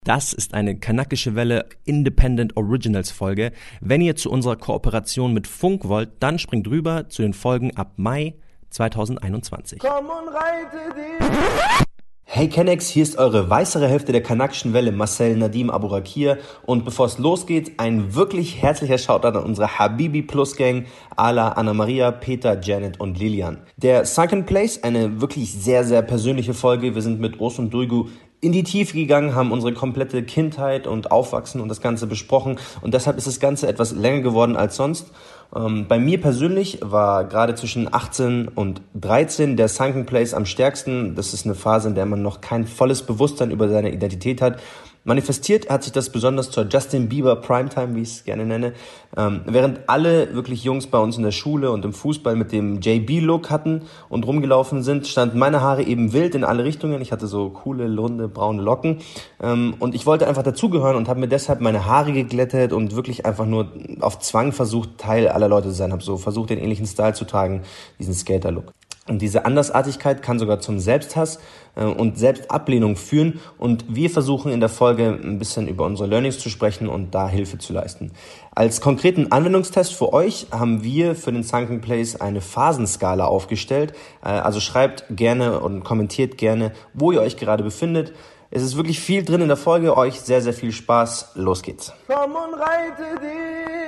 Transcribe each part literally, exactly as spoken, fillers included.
Das ist eine kanakische Welle Independent Originals Folge. Wenn ihr zu unserer Kooperation mit Funk wollt, dann springt rüber zu den Folgen ab Mai zweitausendeinundzwanzig. Komm und reite dich! Hey Kennex, hier ist eure weißere Hälfte der kanakischen Welle, Marcel Nadim Aburakir. Und bevor es losgeht, ein wirklich herzlicher Shoutout an unsere Habibi Plus Gang, Ala, Anna Maria, Peter, Janet und Lilian. Der Sunken Place, eine wirklich sehr, sehr persönliche Folge. Wir sind mit Urs und Duygu in die Tiefe gegangen, haben unsere komplette Kindheit und Aufwachsen und das Ganze besprochen. Und deshalb ist das Ganze etwas länger geworden als sonst. Ähm, bei mir persönlich war gerade zwischen achtzehn und dreizehn der Sunken Place am stärksten. Das ist eine Phase, in der man noch kein volles Bewusstsein über seine Identität hat. Manifestiert hat sich das besonders zur Justin Bieber Primetime, wie ich es gerne nenne. Ähm, während alle wirklich Jungs bei uns in der Schule und im Fußball mit dem J B-Look hatten und rumgelaufen sind, standen meine Haare eben wild in alle Richtungen. Ich hatte so coole, runde, braune Locken. Ähm, und ich wollte einfach dazugehören und habe mir deshalb meine Haare geglättet und wirklich einfach nur auf Zwang versucht, Teil aller Leute zu sein. Habe so versucht, den ähnlichen Style zu tragen, diesen Skater-Look. Und diese Andersartigkeit kann sogar zum Selbsthass äh, und Selbstablehnung führen. Und wir versuchen in der Folge ein bisschen über unsere Learnings zu sprechen und da Hilfe zu leisten. Als konkreten Anwendungstest für euch haben wir für den Sunken Place eine Phasenskala aufgestellt. Äh, also schreibt gerne und kommentiert gerne, wo ihr euch gerade befindet. Es ist wirklich viel drin in der Folge. Euch sehr, sehr viel Spaß. Los geht's. Komm und reite dich!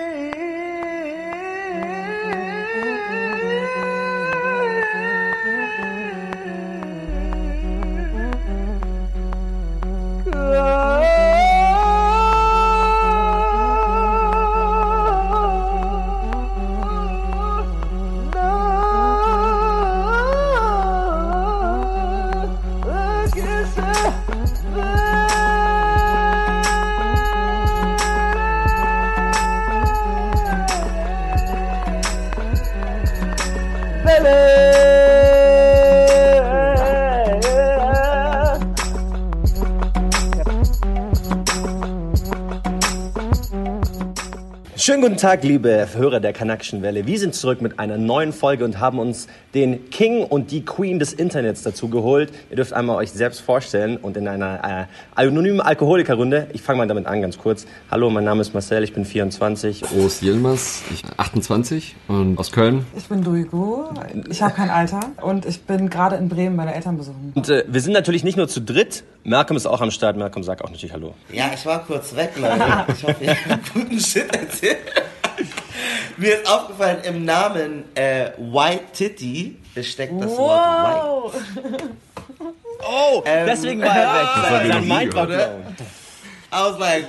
Schönen guten Tag, liebe Hörer der kanakischen Welle. Wir sind zurück mit einer neuen Folge und haben uns den King und die Queen des Internets dazu geholt. Ihr dürft einmal euch selbst vorstellen und in einer äh, anonymen Alkoholikerrunde. Ich fange mal damit an, ganz kurz. Hallo, mein Name ist Marcel, ich bin vierundzwanzig. Urs Yilmaz, ich bin achtundzwanzig und aus Köln. Ich bin Duygu, ich habe kein Alter und ich bin gerade in Bremen meine Eltern besuchen. Und äh, wir sind natürlich nicht nur zu dritt. Malcolm ist auch am Start. Malcolm, sag auch natürlich Hallo. Ja, ich war kurz weg, Leute. Ich hoffe, ihr habt guten Shit erzählt. Mir ist aufgefallen, im Namen äh, White Titty steckt das wow. Wort White. Oh, ähm, deswegen war er weg. Das war Sein Mind war blown. I was like,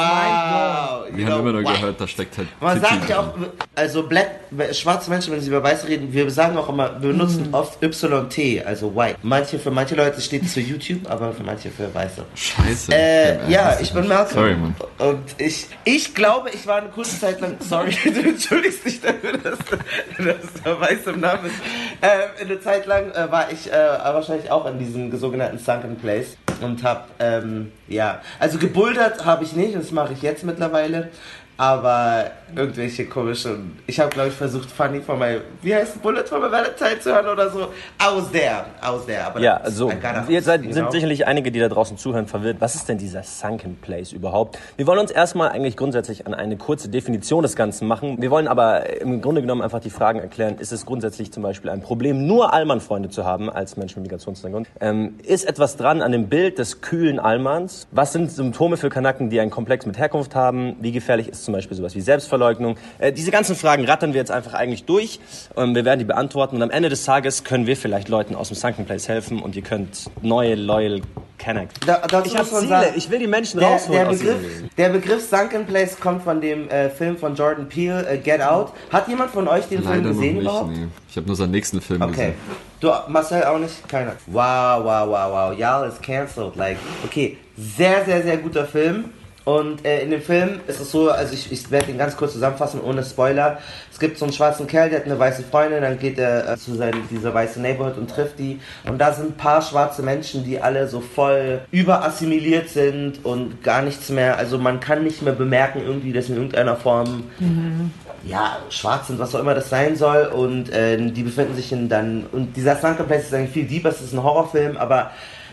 wow. Wir haben immer nur wow. gehört, da steckt halt Man Titty sagt ja auch, also black, schwarze Menschen, wenn sie über Weiße reden, wir sagen auch immer, wir benutzen mm. oft Y T, also white. Manche, für manche Leute steht es für YouTube, aber für manche für Weiße. Scheiße. Äh, ja, ich bin Malcolm. Sorry, Mann. Und ich, ich glaube, ich war eine kurze Zeit lang, sorry, du entschuldigst dich dafür, dass, dass der Weiße im Namen ist. Äh, eine Zeit lang äh, war ich äh, wahrscheinlich auch in diesem sogenannten Sunken Place und hab, ähm, ja, also gebouldert habe ich nicht, das mache ich jetzt mittlerweile, aber irgendwelche komischen, ich habe glaube ich versucht Funny von my, wie heißt Bullet for my Valentine zu hören oder so, I was there, I was there. Aber ja, also jetzt seid, sind sicherlich einige, die da draußen zuhören, verwirrt. Was ist denn dieser Sunken Place überhaupt? Wir wollen uns erstmal eigentlich grundsätzlich an eine kurze Definition des Ganzen machen. Wir wollen aber im Grunde genommen einfach die Fragen erklären, ist es grundsätzlich zum Beispiel ein Problem, nur Allmann-Freunde zu haben als Menschen mit Migrationshintergrund? Ähm, ist etwas dran an dem Bild des kühlen Allmanns? Was sind Symptome für Kanaken, die einen Komplex mit Herkunft haben? Wie gefährlich ist zum Beispiel sowas wie Selbstverleugnung? Äh, diese ganzen Fragen rattern wir jetzt einfach eigentlich durch. Ähm, wir werden die beantworten und am Ende des Tages können wir vielleicht Leuten aus dem Sunken Place helfen und ihr könnt neue, loyal Kanak. Da, ich hab Ziele, sagen, ich will die Menschen der, rausholen der Begriff, aus der Begriff Sunken Place kommt von dem äh, Film von Jordan Peele, äh, Get Out. Hat jemand von euch den Leider Film gesehen noch nicht, überhaupt? Nee. Ich habe nur seinen nächsten Film okay. gesehen. Du, Marcel, auch nicht? Keiner. Wow, wow, wow, wow. Y'all is cancelled. Like, okay, sehr, sehr, sehr guter Film. Und äh, in dem Film ist es so, also ich, ich werde ihn ganz kurz zusammenfassen, ohne Spoiler. Es gibt so einen schwarzen Kerl, der hat eine weiße Freundin, dann geht er äh, zu seinem, dieser weißen Neighborhood und trifft die. Und da sind ein paar schwarze Menschen, die alle so voll überassimiliert sind und gar nichts mehr, also man kann nicht mehr bemerken irgendwie, dass in irgendeiner Form mhm. ja, schwarz sind, was auch immer das sein soll. Und äh, die befinden sich in dann, und dieser Sunken Place ist eigentlich viel deeper, es ist ein Horrorfilm, aber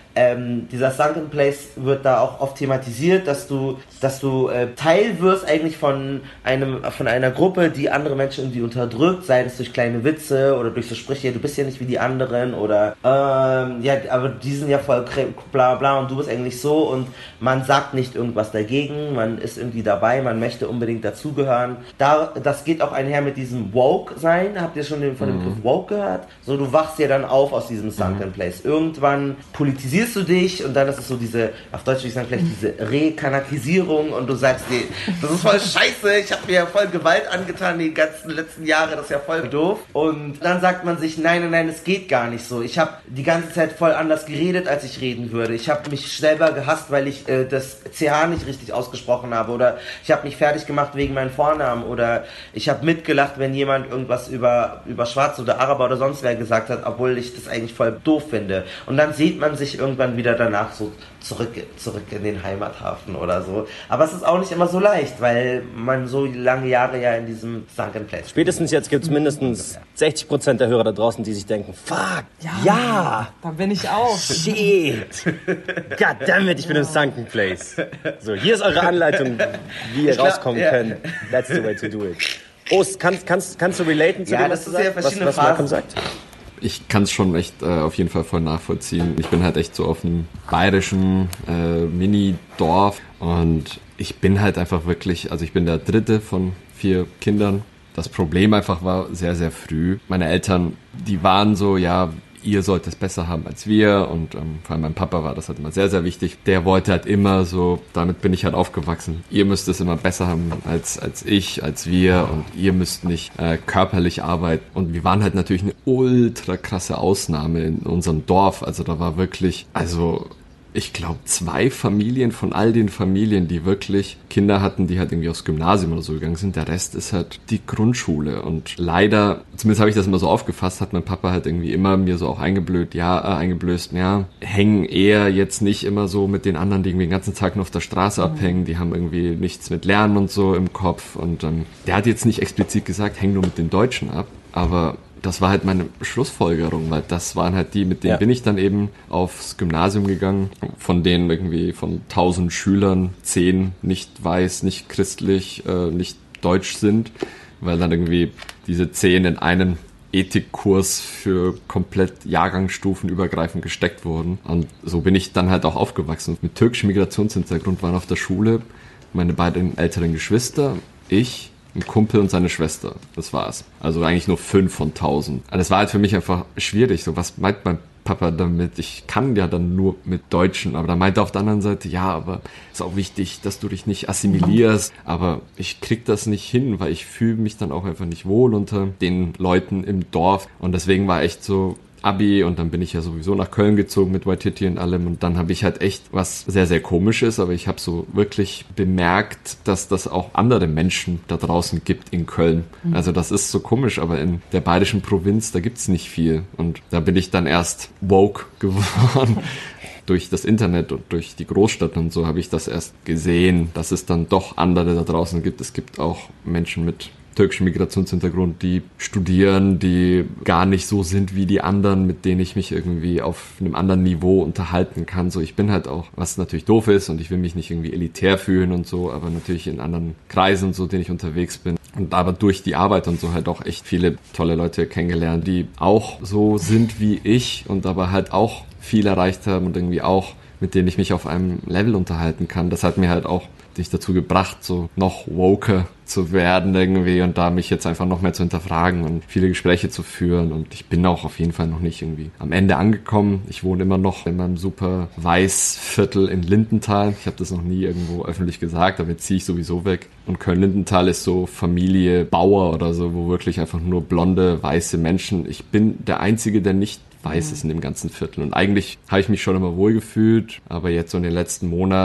ähm, dieser Sunken Place wird da auch oft thematisiert, dass du, dass du äh, Teil wirst eigentlich von einem, von einer Gruppe, die andere Menschen irgendwie unterdrückt, sei das durch kleine Witze oder durch so Sprüche, du bist ja nicht wie die anderen oder ähm, ja, aber die sind ja voll bla bla und du bist eigentlich so und man sagt nicht irgendwas dagegen, man ist irgendwie dabei, man möchte unbedingt dazugehören. Da, das geht auch einher mit diesem Woke sein. Habt ihr schon den, von dem Begriff Woke gehört? So, du wachst ja dann auf aus diesem Sunken Place. Irgendwann politisierst du dich und dann ist es so diese, auf Deutsch würde ich sagen, vielleicht diese Rekanakisierung und du sagst dir, das ist voll scheiße, ich habe mir ja voll Gewalt angetan die ganzen letzten Jahre, das ist ja voll doof. Und dann sagt man sich, nein, nein, nein, es geht gar nicht so. Ich habe die ganze Zeit voll anders geredet, als ich reden würde. Ich habe mich selber gehasst, weil ich äh, das C H nicht richtig ausgesprochen habe oder ich habe mich fertig gemacht wegen meinem Vornamen oder ich habe mitgelacht, wenn jemand irgendwas über, über Schwarze oder Araber oder sonst wer gesagt hat, obwohl ich das eigentlich voll doof finde. Und dann sieht man sich irgendwann wieder danach so zurück, zurück in den Heimathafen oder so. Aber es ist auch nicht immer so leicht, weil man so lange Jahre ja in diesem Sunken Place. Spätestens jetzt gibt es mindestens sechzig Prozent der Hörer da draußen, die sich denken, fuck, ja, ja da bin ich auch. Shit, goddammit, ich bin im Sunken Place. So, hier ist eure Anleitung, wie ihr glaub, rauskommen ja. könnt. That's the way to do it. Ost, kannst, kannst, kannst du relaten zu ja, dem, was du sagst? Was, was Malcolm sagt? Ich kann es schon echt äh, auf jeden Fall voll nachvollziehen. Ich bin halt echt so auf einem bayerischen äh, Mini-Dorf und ich bin halt einfach wirklich, also ich bin der dritte von vier Kindern. Das Problem einfach war sehr, sehr früh. Meine Eltern, die waren so, ja, ihr sollt es besser haben als wir und ähm, vor allem mein Papa war das halt immer sehr, sehr wichtig. Der wollte halt immer so, damit bin ich halt aufgewachsen, ihr müsst es immer besser haben als als ich, als wir und ihr müsst nicht äh, körperlich arbeiten. Und wir waren halt natürlich eine ultra krasse Ausnahme in unserem Dorf. Also da war wirklich, also ich glaube, zwei Familien von all den Familien, die wirklich Kinder hatten, die halt irgendwie aufs Gymnasium oder so gegangen sind. Der Rest ist halt die Grundschule. Und leider, zumindest habe ich das immer so aufgefasst, hat mein Papa halt irgendwie immer mir so auch eingeblöd, ja, äh, eingeblößt, ja, hängen eher jetzt nicht immer so mit den anderen, die irgendwie den ganzen Tag nur auf der Straße abhängen. Die haben irgendwie nichts mit Lernen und so im Kopf. Und ähm, der hat jetzt nicht explizit gesagt, häng nur mit den Deutschen ab, aber das war halt meine Schlussfolgerung, weil das waren halt die, mit denen ja. bin ich dann eben aufs Gymnasium gegangen, von denen irgendwie von tausend Schülern zehn nicht weiß, nicht christlich, äh, nicht deutsch sind, weil dann irgendwie diese zehn in einen Ethikkurs für komplett jahrgangsstufenübergreifend gesteckt wurden. Und so bin ich dann halt auch aufgewachsen. Mit türkischem Migrationshintergrund waren auf der Schule meine beiden älteren Geschwister, ich, ein Kumpel und seine Schwester. Das war's. Also eigentlich nur fünf von tausend. Aber das war halt für mich einfach schwierig. So, was meint mein Papa damit? Ich kann ja dann nur mit Deutschen. Aber da meinte er auf der anderen Seite, ja, aber ist auch wichtig, dass du dich nicht assimilierst. Aber ich krieg das nicht hin, weil ich fühle mich dann auch einfach nicht wohl unter den Leuten im Dorf. Und deswegen war echt so Abi und dann bin ich ja sowieso nach Köln gezogen mit Waititi und allem und dann habe ich halt echt was sehr, sehr Komisches, aber ich habe so wirklich bemerkt, dass das auch andere Menschen da draußen gibt in Köln. Mhm. Also das ist so komisch, aber in der bayerischen Provinz, da gibt's nicht viel und da bin ich dann erst woke geworden. Durch das Internet und durch die Großstadt und so habe ich das erst gesehen, dass es dann doch andere da draußen gibt. Es gibt auch Menschen mit türkischen Migrationshintergrund, die studieren, die gar nicht so sind wie die anderen, mit denen ich mich irgendwie auf einem anderen Niveau unterhalten kann. So, ich bin halt auch, was natürlich doof ist und ich will mich nicht irgendwie elitär fühlen und so, aber natürlich in anderen Kreisen, so denen ich unterwegs bin. Und aber durch die Arbeit und so halt auch echt viele tolle Leute kennengelernt, die auch so sind wie ich und aber halt auch viel erreicht haben und irgendwie auch, mit denen ich mich auf einem Level unterhalten kann. Das hat mir halt auch dich dazu gebracht, so noch woker zu werden irgendwie und da mich jetzt einfach noch mehr zu hinterfragen und viele Gespräche zu führen und ich bin auch auf jeden Fall noch nicht irgendwie am Ende angekommen. Ich wohne immer noch in meinem super Weißviertel in Lindenthal. Ich habe das noch nie irgendwo öffentlich gesagt, aber jetzt ziehe ich sowieso weg. Und Köln-Lindenthal ist so Familie Bauer oder so, wo wirklich einfach nur blonde, weiße Menschen. Ich bin der Einzige, der nicht weiß ist in dem ganzen Viertel und eigentlich habe ich mich schon immer wohl gefühlt, aber jetzt so in den letzten Monat, ich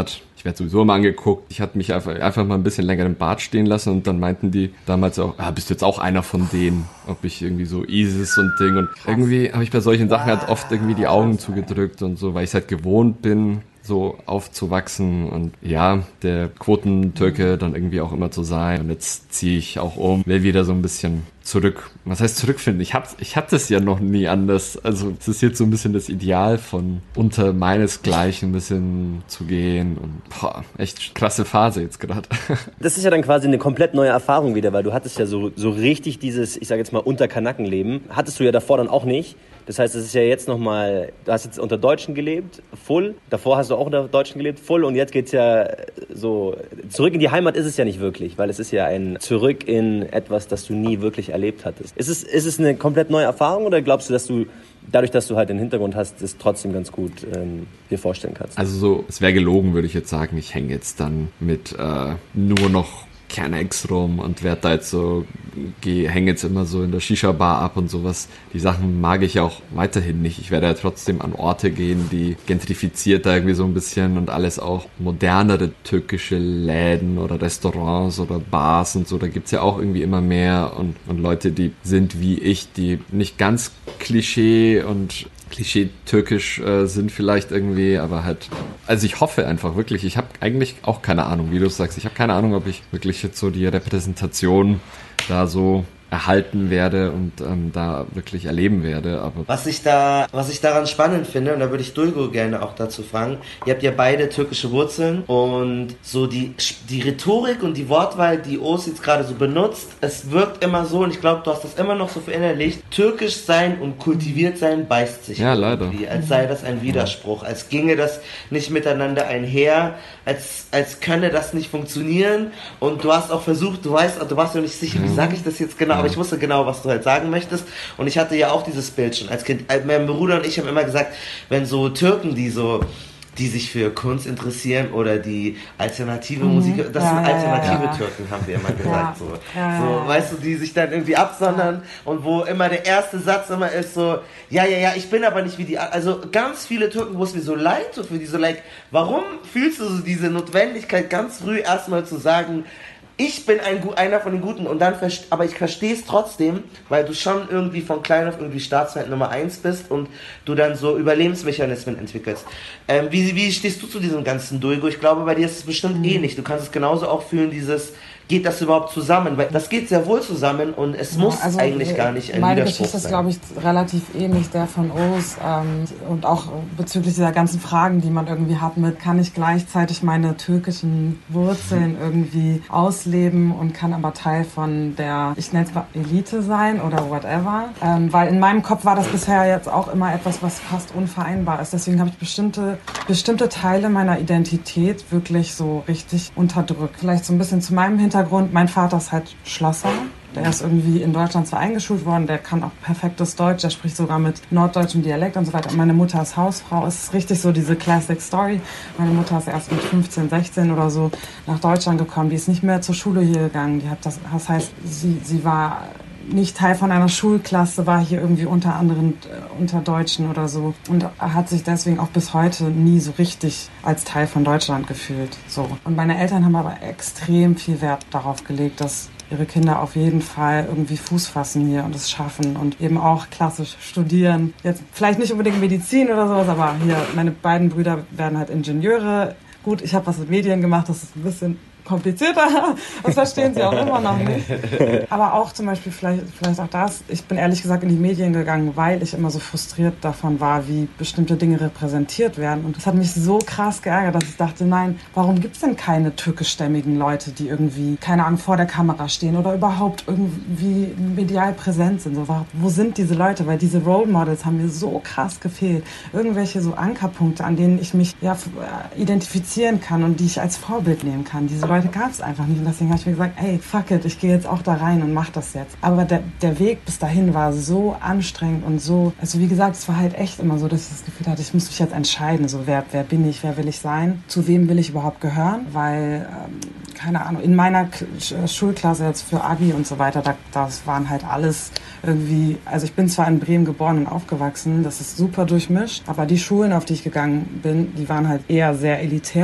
ich werde sowieso immer angeguckt. Ich hatte mich einfach, einfach mal ein bisschen länger im Bart stehen lassen und dann meinten die damals auch, ah, bist du jetzt auch einer von denen? Ob ich irgendwie so ISIS und Ding und irgendwie habe ich bei solchen Sachen halt oft irgendwie die Augen zugedrückt und so, weil ich es halt gewohnt bin, so aufzuwachsen und ja, der Quotentürke dann irgendwie auch immer zu sein. Und jetzt ziehe ich auch um, will wieder so ein bisschen zurück. Was heißt zurückfinden? Ich hab, ich hatte es ja noch nie anders. Also es ist jetzt so ein bisschen das Ideal von unter meinesgleichen ein bisschen zu gehen und boah, echt krasse Phase jetzt gerade. Das ist ja dann quasi eine komplett neue Erfahrung wieder, weil du hattest ja so, so richtig dieses, ich sage jetzt mal, Unterkanackenleben. Hattest du ja davor dann auch nicht. Das heißt, es ist ja jetzt nochmal, du hast jetzt unter Deutschen gelebt, full. Davor hast du auch unter Deutschen gelebt, full. Und jetzt geht's ja so, zurück in die Heimat ist es ja nicht wirklich, weil es ist ja ein Zurück in etwas, das du nie wirklich erlebt hattest. Ist es, ist es eine komplett neue Erfahrung oder glaubst du, dass du, dadurch, dass du halt den Hintergrund hast, das trotzdem ganz gut ähm, dir vorstellen kannst? Also so, es wäre gelogen, würde ich jetzt sagen, ich hänge jetzt dann mit äh, nur noch Kernex rum und werde da jetzt so, hänge jetzt immer so in der Shisha-Bar ab und sowas. Die Sachen mag ich ja auch weiterhin nicht. Ich werde ja trotzdem an Orte gehen, die gentrifizierter irgendwie so ein bisschen und alles auch modernere türkische Läden oder Restaurants oder Bars und so. Da gibt's ja auch irgendwie immer mehr und, und Leute, die sind wie ich, die nicht ganz Klischee und Klischee-türkisch äh, sind vielleicht irgendwie, aber halt, also ich hoffe einfach wirklich, ich habe eigentlich auch keine Ahnung, wie du sagst, ich habe keine Ahnung, ob ich wirklich jetzt so die Repräsentation da so erhalten werde und ähm, da wirklich erleben werde. Aber was ich da, was ich daran spannend finde, und da würde ich Duygu gerne auch dazu fragen, ihr habt ja beide türkische Wurzeln und so die, die Rhetorik und die Wortwahl, die Oğuz jetzt gerade so benutzt, es wirkt immer so, und ich glaube, du hast das immer noch so verinnerlicht, türkisch sein und kultiviert sein beißt sich. Ja, leider. Als sei das ein Widerspruch, als ginge das nicht miteinander einher, als, als könne das nicht funktionieren, und du hast auch versucht, du weißt, du warst ja nicht sicher, wie sage ich das jetzt genau, aber ich wusste genau, was du halt sagen möchtest, und ich hatte ja auch dieses Bild schon als Kind. Mein Bruder und ich haben immer gesagt, wenn so Türken, die so, die sich für Kunst interessieren oder die alternative mhm. Musik, das ja, sind alternative ja, ja. Türken, haben wir immer gesagt, ja. so, ja, so ja. weißt du, die sich dann irgendwie absondern und wo immer der erste Satz immer ist so, ja, ja, ja, ich bin aber nicht wie die, also ganz viele Türken, wo es mir so leid tut für die, so like, warum fühlst du so diese Notwendigkeit, ganz früh erstmal zu sagen, ich bin ein, einer von den Guten, und dann, aber ich verstehe es trotzdem, weil du schon irgendwie von klein auf irgendwie Staatsfeind Nummer eins bist und du dann so Überlebensmechanismen entwickelst. Ähm, wie, wie stehst du zu diesem ganzen Duygu? Ich glaube, bei dir ist es bestimmt mhm. ähnlich. Du kannst es genauso auch fühlen, dieses, geht das überhaupt zusammen? Weil das geht sehr wohl zusammen und es ja, muss also eigentlich gar nicht ein meine Widerspruch Geschichte sein. Meine Geschichte ist, glaube ich, relativ ähnlich der von Oğuz ähm, und auch bezüglich dieser ganzen Fragen, die man irgendwie hat mit, kann ich gleichzeitig meine türkischen Wurzeln irgendwie ausleben und kann aber Teil von der, ich nenne es mal Elite sein oder whatever. Ähm, weil in meinem Kopf war das bisher jetzt auch immer etwas, was fast unvereinbar ist. Deswegen habe ich bestimmte, bestimmte Teile meiner Identität wirklich so richtig unterdrückt. Vielleicht so ein bisschen zu meinem Hintergrund. Hintergrund, mein Vater ist halt Schlosser. Der ist irgendwie in Deutschland zwar eingeschult worden, der kann auch perfektes Deutsch, der spricht sogar mit norddeutschem Dialekt und so weiter. Und meine Mutter ist Hausfrau. Es ist richtig so diese Classic Story. Meine Mutter ist erst mit fünfzehn, sechzehn oder so nach Deutschland gekommen. Die ist nicht mehr zur Schule hier gegangen. Die hat das, das heißt, sie, sie war nicht Teil von einer Schulklasse, war hier irgendwie unter anderen, äh, unter Deutschen oder so, und hat sich deswegen auch bis heute nie so richtig als Teil von Deutschland gefühlt. So. Und meine Eltern haben aber extrem viel Wert darauf gelegt, dass ihre Kinder auf jeden Fall irgendwie Fuß fassen hier und es schaffen und eben auch klassisch studieren. Jetzt vielleicht nicht unbedingt Medizin oder sowas, aber hier, meine beiden Brüder werden halt Ingenieure. Gut, ich habe was mit Medien gemacht, das ist ein bisschen komplizierter, das verstehen sie auch immer noch nicht. Aber auch zum Beispiel vielleicht, vielleicht auch das, ich bin ehrlich gesagt in die Medien gegangen, weil ich immer so frustriert davon war, wie bestimmte Dinge repräsentiert werden. Und das hat mich so krass geärgert, dass ich dachte, nein, warum gibt es denn keine türkischstämmigen Leute, die irgendwie, keine Ahnung, vor der Kamera stehen oder überhaupt irgendwie medial präsent sind? So, wo sind diese Leute? Weil diese Role Models haben mir so krass gefehlt. Irgendwelche so Ankerpunkte, an denen ich mich ja identifizieren kann und die ich als Vorbild nehmen kann. Diese Leute gab es einfach nicht, und deswegen habe ich mir gesagt, ey, fuck it, ich gehe jetzt auch da rein und mach das jetzt. Aber der, der Weg bis dahin war so anstrengend und so, also wie gesagt, es war halt echt immer so, dass ich das Gefühl hatte, ich muss mich jetzt entscheiden, so wer, wer bin ich, wer will ich sein, zu wem will ich überhaupt gehören, weil, ähm, keine Ahnung, in meiner K- Schulklasse jetzt für Abi und so weiter, da, das waren halt alles irgendwie, also ich bin zwar in Bremen geboren und aufgewachsen, das ist super durchmischt, aber die Schulen, auf die ich gegangen bin, die waren halt eher sehr elitär.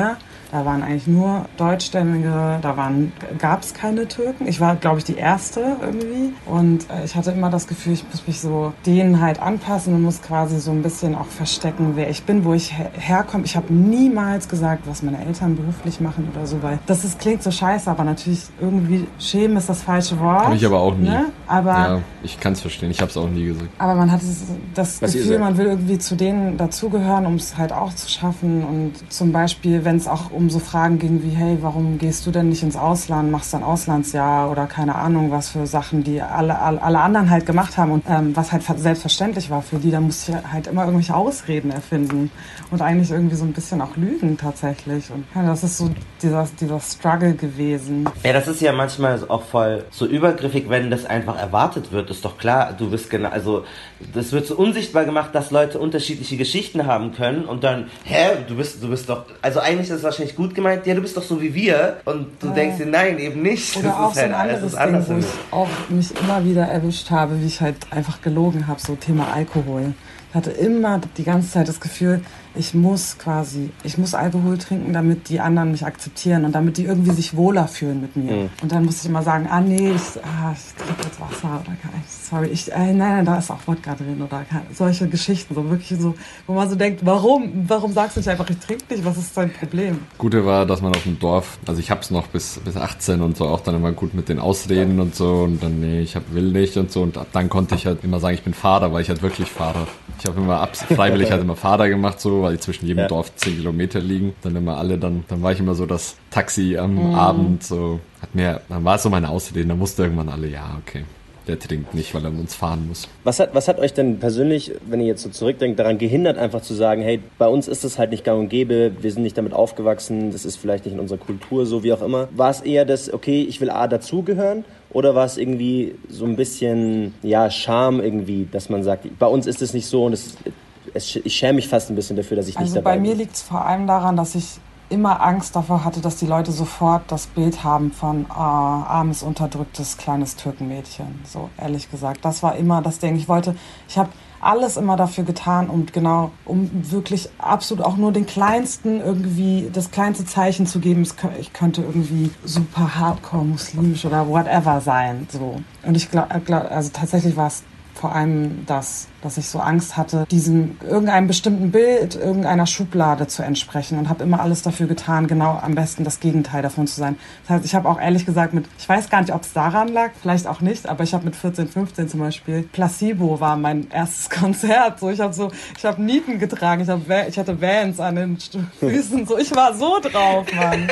Da waren eigentlich nur Deutschstämmige, da waren, gab es keine Türken. Ich war, glaube ich, die Erste irgendwie. Und äh, ich hatte immer das Gefühl, ich muss mich so denen halt anpassen und muss quasi so ein bisschen auch verstecken, wer ich bin, wo ich her- herkomme. Ich habe niemals gesagt, was meine Eltern beruflich machen oder so, weil das ist, klingt so scheiße, aber natürlich irgendwie schämen ist das falsche Wort. Habe ich aber auch nie. Ne? Aber, ja, ich kann es verstehen. Ich habe es auch nie gesagt. aber man hat das, das Was ihr Gefühl, sagt. man will irgendwie zu denen dazugehören, um es halt auch zu schaffen. Und zum Beispiel, wenn es auch um so Fragen ging wie, hey, warum gehst du denn nicht ins Ausland, machst ein Auslandsjahr oder keine Ahnung, was für Sachen, die alle, alle, alle anderen halt gemacht haben und ähm, was halt selbstverständlich war für die, da musste ich halt immer irgendwelche Ausreden erfinden und eigentlich irgendwie so ein bisschen auch lügen tatsächlich. Und ja, das ist so dieser, dieser Struggle gewesen. Ja, das ist ja manchmal auch voll so übergriffig, wenn das einfach erwartet wird. Ist doch klar, du bist genau, also das wird so unsichtbar gemacht, dass Leute unterschiedliche Geschichten haben können und dann, hä, du bist, du bist doch, also eigentlich ist es wahrscheinlich gut gemeint, ja, du bist doch so wie wir und du Ja. denkst dir, nein, eben nicht. Oder das auch ist so ein halt, anderes es ist anders. Ding, wo ich auch mich immer wieder erwischt habe, wie ich halt einfach gelogen habe, so Thema Alkohol. Ich hatte immer die ganze Zeit das Gefühl, ich muss quasi, ich muss Alkohol trinken, damit die anderen mich akzeptieren und damit die irgendwie sich wohler fühlen mit mir. Mhm. Und dann musste ich immer sagen, ah nee, ich, ah, ich trinke jetzt Wasser oder kein, sorry, ich, äh, nein, nein, da ist auch Wodka drin oder kein, solche Geschichten, so wirklich so, wo man so denkt, warum, warum sagst du nicht einfach, ich trinke nicht, was ist dein Problem? Gute war, dass man auf dem Dorf, also ich hab's noch bis, bis achtzehn und so auch dann immer gut mit den Ausreden und so und dann, nee, ich hab, will nicht und so und ab dann konnte ich halt immer sagen, ich bin Fahrer, weil ich halt wirklich Fahrer. Ich habe immer abs- freiwillig halt immer Fahrer gemacht, so, weil die zwischen jedem Ja. Dorf zehn Kilometer liegen. Dann immer alle, dann, dann war ich immer so das Taxi am Mhm. Abend, so, hat mir, dann war es so meine Ausreden, dann musste irgendwann alle, ja, okay, der trinkt nicht, weil er mit uns fahren muss. Was hat, was hat euch denn persönlich, wenn ihr jetzt so zurückdenkt, daran gehindert, einfach zu sagen, hey, bei uns ist es halt nicht gang und gäbe, wir sind nicht damit aufgewachsen, das ist vielleicht nicht in unserer Kultur, so wie auch immer. War es eher das, okay, ich will A, dazugehören, oder war es irgendwie so ein bisschen, ja, Scham irgendwie, dass man sagt, bei uns ist es nicht so und es, es, ich schäme mich fast ein bisschen dafür, dass ich nicht Also dabei bei mir bin. liegt es vor allem daran, dass ich immer Angst davor hatte, dass die Leute sofort das Bild haben von äh, armes, unterdrücktes, kleines Türkenmädchen. So, ehrlich gesagt. Das war immer das Ding. Ich wollte, ich habe alles immer dafür getan, um genau, um wirklich absolut auch nur den kleinsten irgendwie, das kleinste Zeichen zu geben. Es kö- Ich könnte irgendwie super hardcore muslimisch oder whatever sein. So. Und ich glaube, glaub, also tatsächlich war es vor allem das, dass ich so Angst hatte, diesem irgendeinem bestimmten Bild, irgendeiner Schublade zu entsprechen und habe immer alles dafür getan, genau am besten das Gegenteil davon zu sein. Das heißt, ich habe auch ehrlich gesagt mit, ich weiß gar nicht, ob es daran lag, vielleicht auch nicht, aber ich habe mit vierzehn, fünfzehn zum Beispiel, Placebo war mein erstes Konzert. So, ich habe so, ich habe Nieten getragen, ich, hab, Va- ich hatte Vans an den St- Füßen, so, ich war so drauf, Mann.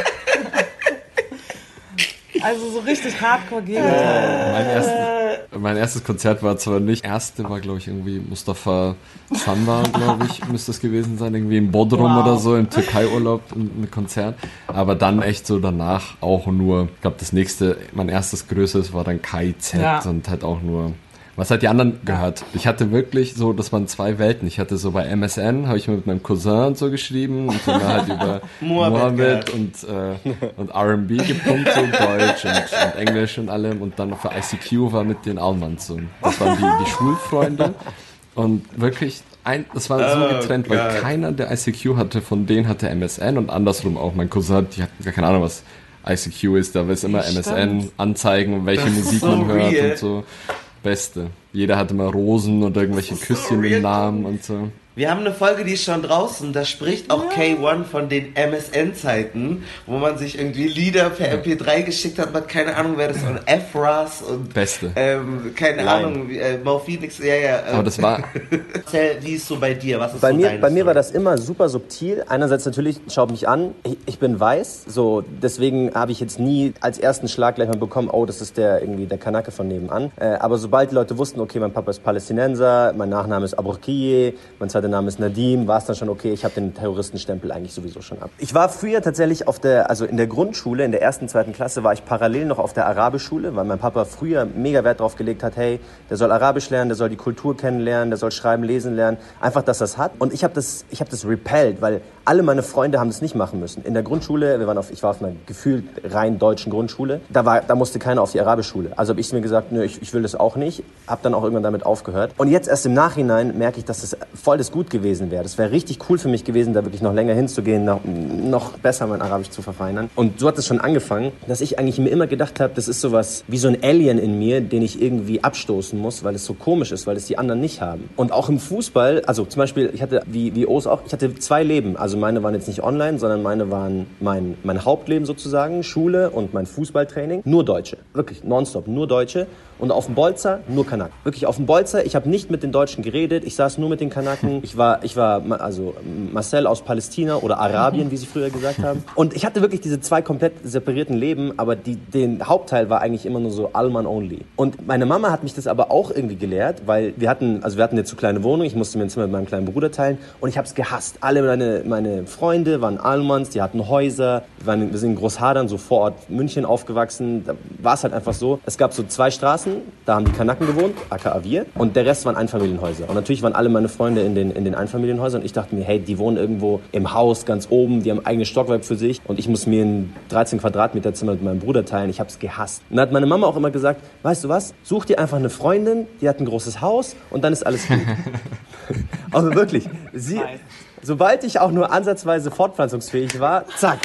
Also so richtig hardcore Gegenteil. Mein, ersten, mein erstes Konzert war zwar nicht, erste war glaube ich irgendwie Mustafa Sandal, glaube ich, müsste es gewesen sein, irgendwie in Bodrum Wow. oder so, im Türkei-Urlaub, ein, ein Konzert. Aber dann echt so danach auch nur, ich glaube das nächste, mein erstes größeres war dann K I Z Ja. und halt auch nur... Was hat die anderen gehört? Ich hatte wirklich so, das waren zwei Welten. Ich hatte so bei M S N, habe ich mit meinem Cousin und so geschrieben und dann halt über Mohammed Mohammed und, äh, und R and B gepumpt, so Deutsch und, und Englisch und allem. Und dann für I C Q war mit den Almans so. Das waren die, die Schulfreunde. Und wirklich, ein, das war so Oh, getrennt, weil geil. keiner, der I C Q hatte, von denen hatte M S N und andersrum auch. Mein Cousin, die hatten gar keine Ahnung, was I C Q ist. Da ist immer M S N Stimmt. anzeigen, welche Das ist Musik so man hört real. und so. Beste. Jeder hatte mal Rosen und irgendwelche Das ist so Küsschen real. im Namen und so. Wir haben eine Folge, die ist schon draußen, da spricht auch K eins von den M S N-Zeiten, wo man sich irgendwie Lieder per M P drei geschickt hat, man hat keine Ahnung, wer das war, und F-Ras und Beste. ähm, keine Nein. Ahnung, wie, äh, Mo Phoenix, ja, ja. Äh, Aber das war, Erzähl, wie ist so bei dir, was ist Bei so mir, deine bei mir war Story? das immer super subtil. Einerseits natürlich, schaut mich an, ich, ich bin weiß, so deswegen habe ich jetzt nie als ersten Schlag gleich mal bekommen, oh, das ist der irgendwie der Kanake von nebenan. Äh, aber sobald die Leute wussten, okay, mein Papa ist Palästinenser, mein Nachname ist Aburkiye, mein zweiter Name ist Nadim, war es dann schon okay, ich habe den Terroristenstempel eigentlich sowieso schon ab. Ich war früher tatsächlich auf der, also in der Grundschule, in der ersten, zweiten Klasse, war ich parallel noch auf der Arabischschule, weil mein Papa früher mega Wert drauf gelegt hat, hey, der soll Arabisch lernen, der soll die Kultur kennenlernen, der soll schreiben, lesen lernen, einfach, dass er es hat. Und ich habe das, ich habe das repelled, weil alle meine Freunde haben das nicht machen müssen. In der Grundschule, wir waren auf, ich war auf einer gefühlt rein deutschen Grundschule, da, war, da musste keiner auf die Arabischschule. Also habe ich mir gesagt, nö, ich, ich will das auch nicht, habe dann auch irgendwann damit aufgehört. Und jetzt erst im Nachhinein merke ich, dass das voll das gut gewesen wäre. Das wäre richtig cool für mich gewesen, da wirklich noch länger hinzugehen, noch, noch besser mein Arabisch zu verfeinern. Und so hat es schon angefangen, dass ich eigentlich mir immer gedacht habe, das ist sowas wie so ein Alien in mir, den ich irgendwie abstoßen muss, weil es so komisch ist, weil es die anderen nicht haben. Und auch im Fußball, also zum Beispiel, ich hatte, wie, wie O's auch, ich hatte zwei Leben. Also meine waren jetzt nicht online, sondern meine waren mein, mein Hauptleben sozusagen, Schule und mein Fußballtraining. Nur Deutsche, wirklich nonstop, nur Deutsche. Und auf dem Bolzer nur Kanaken. Wirklich auf dem Bolzer, ich habe nicht mit den Deutschen geredet, ich saß nur mit den Kanaken. Ich war, ich war also Marcel aus Palästina oder Arabien, wie sie früher gesagt haben. Und ich hatte wirklich diese zwei komplett separierten Leben, aber die, den Hauptteil war eigentlich immer nur so Alman only. Und meine Mama hat mich das aber auch irgendwie gelehrt, weil wir hatten, also wir hatten jetzt so kleine Wohnung, ich musste mir ein Zimmer mit meinem kleinen Bruder teilen und ich habe es gehasst. Alle meine, meine Freunde waren Almans, die hatten Häuser, wir, waren, wir sind in Großhadern, so vor Ort München aufgewachsen. Da war es halt einfach so. Es gab so zwei Straßen, da haben die Kanaken gewohnt, aka wir, und der Rest waren Einfamilienhäuser. Und natürlich waren alle meine Freunde in den, in den Einfamilienhäusern und ich dachte mir, hey, die wohnen irgendwo im Haus ganz oben, die haben ein eigenes Stockwerk für sich und ich muss mir ein dreizehn Quadratmeter Zimmer mit meinem Bruder teilen. Ich habe es gehasst. Und dann hat meine Mama auch immer gesagt, weißt du was, such dir einfach eine Freundin, die hat ein großes Haus und dann ist alles gut. Aber wirklich, sie, sobald ich auch nur ansatzweise fortpflanzungsfähig war, zack.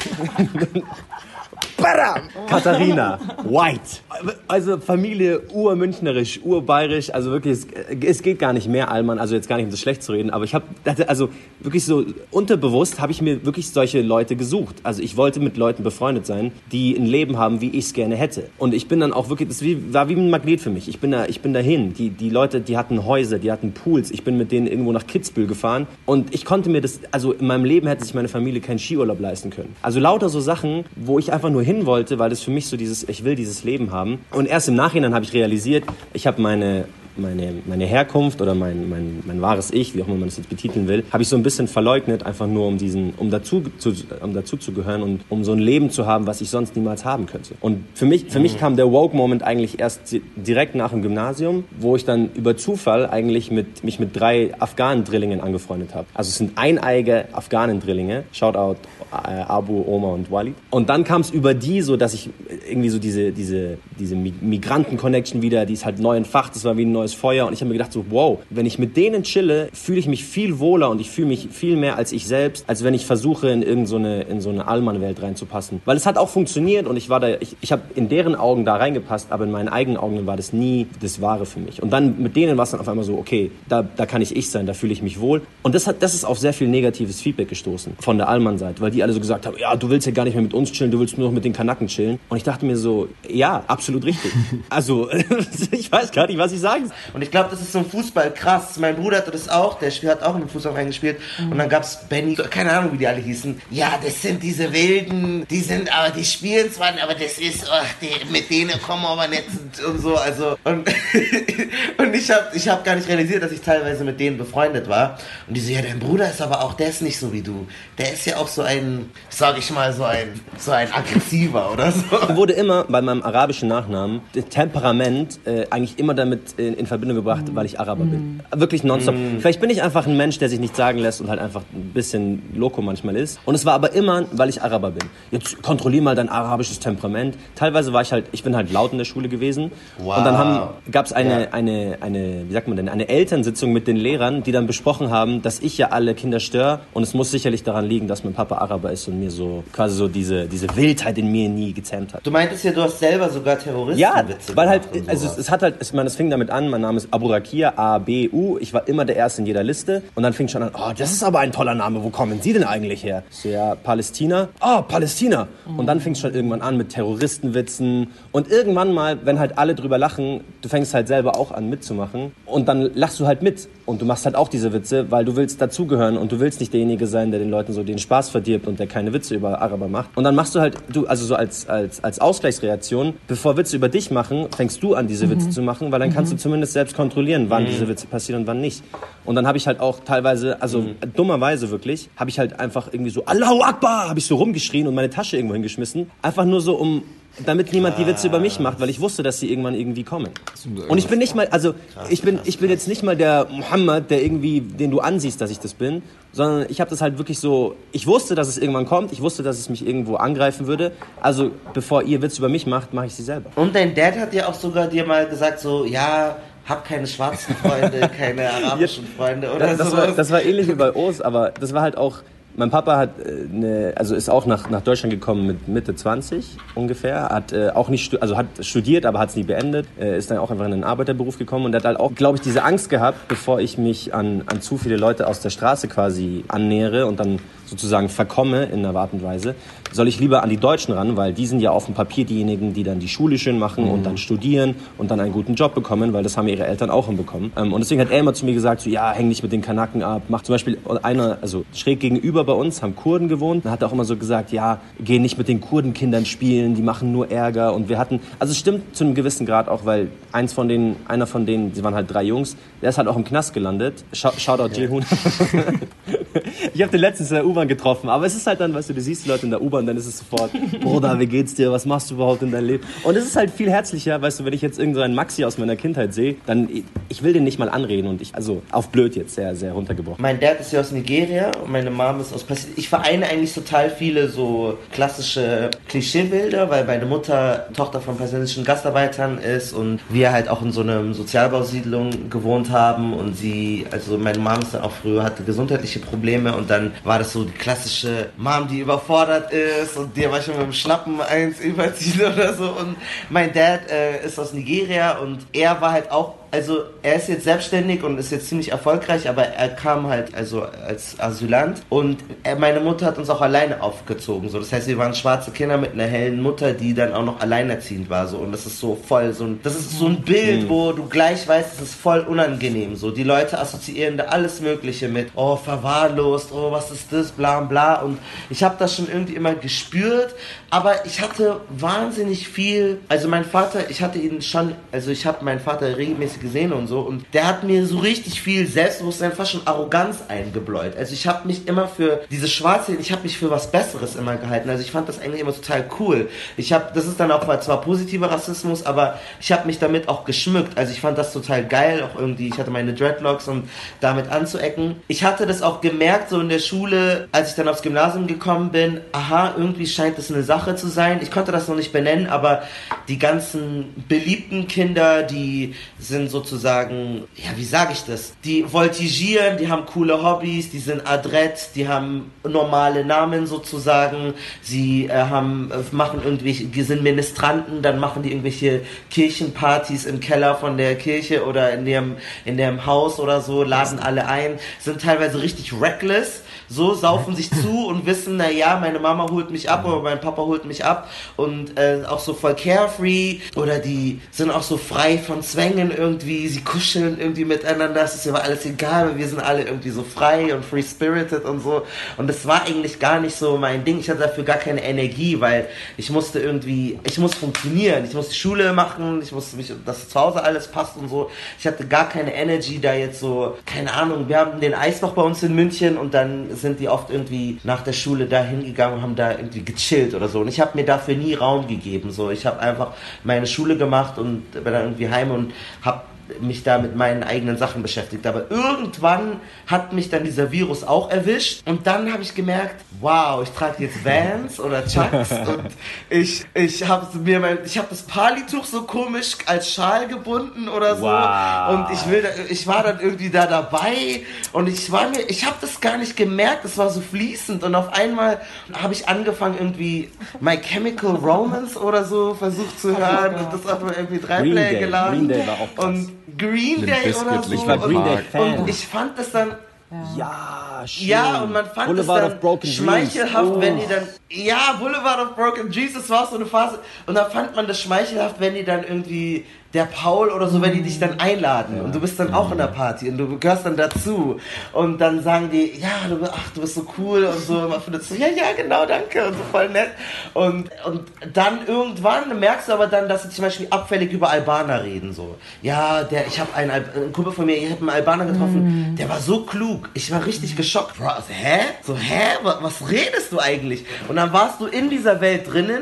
Katharina, White. Also Familie urmünchnerisch, urbayerisch, also wirklich, es, es geht gar nicht mehr Allmann, also jetzt gar nicht, um das schlecht zu reden, aber ich habe, also wirklich so unterbewusst habe ich mir wirklich solche Leute gesucht. Also ich wollte mit Leuten befreundet sein, die ein Leben haben, wie ich es gerne hätte. Und ich bin dann auch wirklich, das war wie ein Magnet für mich. Ich bin da, ich bin dahin. Die, die Leute, die hatten Häuser, die hatten Pools. Ich bin mit denen irgendwo nach Kitzbühel gefahren und ich konnte mir das, also in meinem Leben hätte sich meine Familie keinen Skiurlaub leisten können. Also lauter so Sachen, wo ich einfach nur hin wollte, weil das für mich so dieses, ich will dieses Leben haben. Und erst im Nachhinein habe ich realisiert, ich habe meine Meine, meine Herkunft oder mein, mein, mein wahres Ich, wie auch immer man das jetzt betiteln will, habe ich so ein bisschen verleugnet, einfach nur um diesen, um dazu zu, um dazu zu gehören und um so ein Leben zu haben, was ich sonst niemals haben könnte. Und für mich, für mich kam der Woke-Moment eigentlich erst direkt nach dem Gymnasium, wo ich dann über Zufall eigentlich mit, mich mit drei Afghanen-Drillingen angefreundet habe. Also es sind eineige Afghanen-Drillinge. Shoutout äh, Abu, Oma und Walid. Und dann kam es über die so, dass ich irgendwie so diese, diese, diese Migranten-Connection wieder, die ist halt neu entfacht, das war wie ein neues Feuer und ich habe mir gedacht so, wow, wenn ich mit denen chille, fühle ich mich viel wohler und ich fühle mich viel mehr als ich selbst, als wenn ich versuche, in irgend so eine, in so eine Allmann-Welt reinzupassen. Weil es hat auch funktioniert und ich war da, ich, ich habe in deren Augen da reingepasst, aber in meinen eigenen Augen war das nie das Wahre für mich. Und dann mit denen war es dann auf einmal so, okay, da, da kann ich ich sein, da fühle ich mich wohl. Und das hat, das ist auf sehr viel negatives Feedback gestoßen von der Allmann-Seite, weil die alle so gesagt haben, ja, du willst ja gar nicht mehr mit uns chillen, du willst nur noch mit den Kanaken chillen. Und ich dachte mir so, ja, absolut richtig. Also, ich weiß gar nicht, was ich sagen soll. Und ich glaube, das ist so ein Fußball krass. Mein Bruder hatte das auch, der hat auch in den Fußball reingespielt. Mhm. Und dann gab's Benny, keine Ahnung, wie die alle hießen. Ja, das sind diese Wilden, die sind, aber die spielen zwar, aber das ist, ach, die, mit denen kommen wir aber nicht und so. Also, und, und ich habe ich hab gar nicht realisiert, dass ich teilweise mit denen befreundet war. Und die so, ja, dein Bruder ist aber auch, der ist nicht so wie du. Der ist ja auch so ein, sag ich mal, so ein, so ein aggressiver oder so. Ich wurde immer bei meinem arabischen Nachnamen, das Temperament, äh, eigentlich immer damit in, in Verbindung gebracht, weil ich Araber bin. Wirklich nonstop. Mm. Vielleicht bin ich einfach ein Mensch, der sich nicht sagen lässt und halt einfach ein bisschen loco manchmal ist. Und es war aber immer, weil ich Araber bin. Jetzt kontrollier mal dein arabisches Temperament. Teilweise war ich halt, ich bin halt laut in der Schule gewesen. Wow. Und dann gab es eine, ja. eine, eine, wie sagt man denn, eine Elternsitzung mit den Lehrern, die dann besprochen haben, dass ich ja alle Kinder störe. Und es muss sicherlich daran liegen, dass mein Papa Araber ist und mir so quasi so diese, diese Wildheit in mir nie gezähmt hat. Du meintest ja, du hast selber sogar Terroristenwitze Ja, weil halt, also es, es hat halt, es, man, es fing damit an, mein Name ist Abu Rakir, A B U. Ich war immer der Erste in jeder Liste. Und dann fing schon an, oh, das ist aber ein toller Name. Wo kommen Sie denn eigentlich her? So, ja, Palästina. Oh, Palästina. Mhm. Und dann fing es schon irgendwann an mit Terroristenwitzen. Und irgendwann mal, wenn halt alle drüber lachen, du fängst halt selber auch an mitzumachen. Und dann lachst du halt mit. Und du machst halt auch diese Witze, weil du willst dazugehören. Und du willst nicht derjenige sein, der den Leuten so den Spaß verdirbt und der keine Witze über Araber macht. Und dann machst du halt, du, also so als, als, als Ausgleichsreaktion, bevor Witze über dich machen, fängst du an, diese Witze mhm. zu machen, weil dann kannst mhm. du zumindest selbst kontrollieren, wann mhm. diese Witze passieren und wann nicht. Und dann habe ich halt auch teilweise, also mhm. dummerweise wirklich, habe ich halt einfach irgendwie so Allahu Akbar, habe ich so rumgeschrien und meine Tasche irgendwo hingeschmissen. Einfach nur so, um damit niemand die Witze über mich macht, weil ich wusste, dass sie irgendwann irgendwie kommen. Und ich bin nicht mal, also ich bin, ich bin jetzt nicht mal der Muhammad, der irgendwie, den du ansiehst, dass ich das bin, sondern ich habe das halt wirklich so, ich wusste, dass es irgendwann kommt, ich wusste, dass es mich irgendwo angreifen würde, also bevor ihr Witze über mich macht, mache ich sie selber. Und dein Dad hat ja auch sogar dir mal gesagt, so, ja, hab keine schwarzen Freunde, keine arabischen Freunde oder das, so. Das war, das war ähnlich wie bei O's, aber das war halt auch, mein Papa hat eine, also ist auch nach, nach Deutschland gekommen mit Mitte zwanzig ungefähr, hat äh, auch nicht, also hat studiert, aber hat es nie beendet, äh, ist dann auch einfach in einen Arbeiterberuf gekommen und hat halt auch, glaube ich, diese Angst gehabt, bevor ich mich an, an zu viele Leute aus der Straße quasi annähere und dann sozusagen verkomme in einer Art und Weise, soll ich lieber an die Deutschen ran, weil die sind ja auf dem Papier diejenigen, die dann die Schule schön machen mhm. und dann studieren und dann einen guten Job bekommen, weil das haben ihre Eltern auch hinbekommen. Ähm, und deswegen hat er immer zu mir gesagt, so, ja, häng nicht mit den Kanaken ab, mach zum Beispiel einer, also schräg gegenüber bei uns haben Kurden gewohnt, da hat er auch immer so gesagt, ja, geh nicht mit den Kurdenkindern spielen, die machen nur Ärger und wir hatten, also es stimmt zu einem gewissen Grad auch, weil eins von denen, einer von denen, sie waren halt drei Jungs, der ist halt auch im Knast gelandet. Sh- Shoutout Jehun. Ich habe den letztens in der U-Bahn getroffen, aber es ist halt dann, weißt du, du siehst die Leute in der U-Bahn, dann ist es sofort, Bruder, wie geht's dir, was machst du überhaupt in deinem Leben? Und es ist halt viel herzlicher, weißt du, wenn ich jetzt irgendeinen Maxi aus meiner Kindheit sehe, dann, ich will den nicht mal anreden und ich, also auf blöd jetzt, sehr, sehr runtergebrochen. Mein Dad ist ja aus Nigeria und meine Mom ist aus Brasilien. Ich vereine eigentlich total viele so klassische Klischeebilder, weil meine Mutter Tochter von persönlichen Gastarbeitern ist und wir halt auch in so einer Sozialbausiedlung gewohnt haben und sie, also meine Mom ist dann auch früher, hatte gesundheitliche Probleme und dann war das so die klassische Mom, die überfordert ist und dir manchmal mit dem Schlappen eins überzieht oder so. Und mein Dad äh, ist aus Nigeria und er war halt auch, also er ist jetzt selbstständig und ist jetzt ziemlich erfolgreich, aber er kam halt also als Asylant und er, meine Mutter hat uns auch alleine aufgezogen. So. Das heißt, wir waren schwarze Kinder mit einer hellen Mutter, die dann auch noch alleinerziehend war. So. Und das ist so voll so ein, das ist so ein Bild, mhm. wo du gleich weißt, es ist voll unangenehm. So. Die Leute assoziieren da alles Mögliche mit, oh, verwahrlost, oh, was ist das, bla bla. Und ich habe das schon irgendwie immer gespürt, aber ich hatte wahnsinnig viel, also mein Vater, ich hatte ihn schon, also ich habe meinen Vater regelmäßig gesehen und so und der hat mir so richtig viel Selbstbewusstsein, fast schon Arroganz eingebläut. Also ich habe mich immer für diese Schwarze, ich habe mich für was Besseres immer gehalten. Also ich fand das eigentlich immer total cool. Ich habe, das ist dann auch mal zwar positiver Rassismus, aber ich habe mich damit auch geschmückt. Also ich fand das total geil, auch irgendwie, ich hatte meine Dreadlocks und damit anzuecken. Ich hatte das auch gemerkt, so in der Schule, als ich dann aufs Gymnasium gekommen bin, aha, irgendwie scheint das eine Sache zu sein. Ich konnte das noch nicht benennen, aber die ganzen beliebten Kinder, die sind sozusagen, ja, wie sage ich das? Die voltigieren, die haben coole Hobbys, die sind adrett, die haben normale Namen sozusagen, sie äh, haben, machen irgendwelche, die sind Ministranten, dann machen die irgendwelche Kirchenpartys im Keller von der Kirche oder in dem, in dem Haus oder so, laden alle ein, sind teilweise richtig reckless, so saufen sich zu und wissen, na ja, meine Mama holt mich ab oder mein Papa holt mich ab und äh, auch so voll carefree oder die sind auch so frei von Zwängen irgendwie, sie kuscheln irgendwie miteinander, es ist aber alles egal, weil wir sind alle irgendwie so frei und free-spirited und so und das war eigentlich gar nicht so mein Ding, ich hatte dafür gar keine Energie, weil ich musste irgendwie, ich muss funktionieren, ich muss die Schule machen, ich musste mich, dass zu Hause alles passt und so, ich hatte gar keine Energy da jetzt so, keine Ahnung, wir haben den Eisbach bei uns in München und dann sind die oft irgendwie nach der Schule da hingegangen und haben da irgendwie gechillt oder so. Und ich habe mir dafür nie Raum gegeben. So, ich habe einfach meine Schule gemacht und bin dann irgendwie heim und habe mich da mit meinen eigenen Sachen beschäftigt. Aber irgendwann hat mich dann dieser Virus auch erwischt und dann habe ich gemerkt, wow, ich trage jetzt Vans oder Chucks und ich, ich habe mir mein, ich habe das Palituch so komisch als Schal gebunden oder so wow. und ich will, ich war dann irgendwie da dabei und ich war mir, ich habe das gar nicht gemerkt, es war so fließend und auf einmal habe ich angefangen irgendwie My Chemical Romance oder so versucht zu hören und das hat mir irgendwie drei Player geladen und Green Day oder so. Ich war Green Day Fan. Und ich fand das dann ja, schön. Ja, und man fand Boulevard es dann schmeichelhaft, oh. wenn die dann, ja, Boulevard of Broken Dreams, das war so eine Phase, und dann fand man das schmeichelhaft, wenn die dann irgendwie, der Paul oder so, wenn die dich dann einladen, ja. und du bist dann auch in der Party, und du gehörst dann dazu, und dann sagen die, ja, du, ach, du bist so cool, und so, und man findet so, ja, ja, genau, danke, und so voll nett, und, und dann irgendwann merkst du aber dann, dass sie zum Beispiel abfällig über Albaner reden, so, ja, der, ich habe einen, einen Kumpel von mir, ich habe einen Albaner getroffen, mm. der war so klug, ich war richtig geschockt, Bro, also, hä? So, hä? Was, was redest du eigentlich? Und dann warst du in dieser Welt drinnen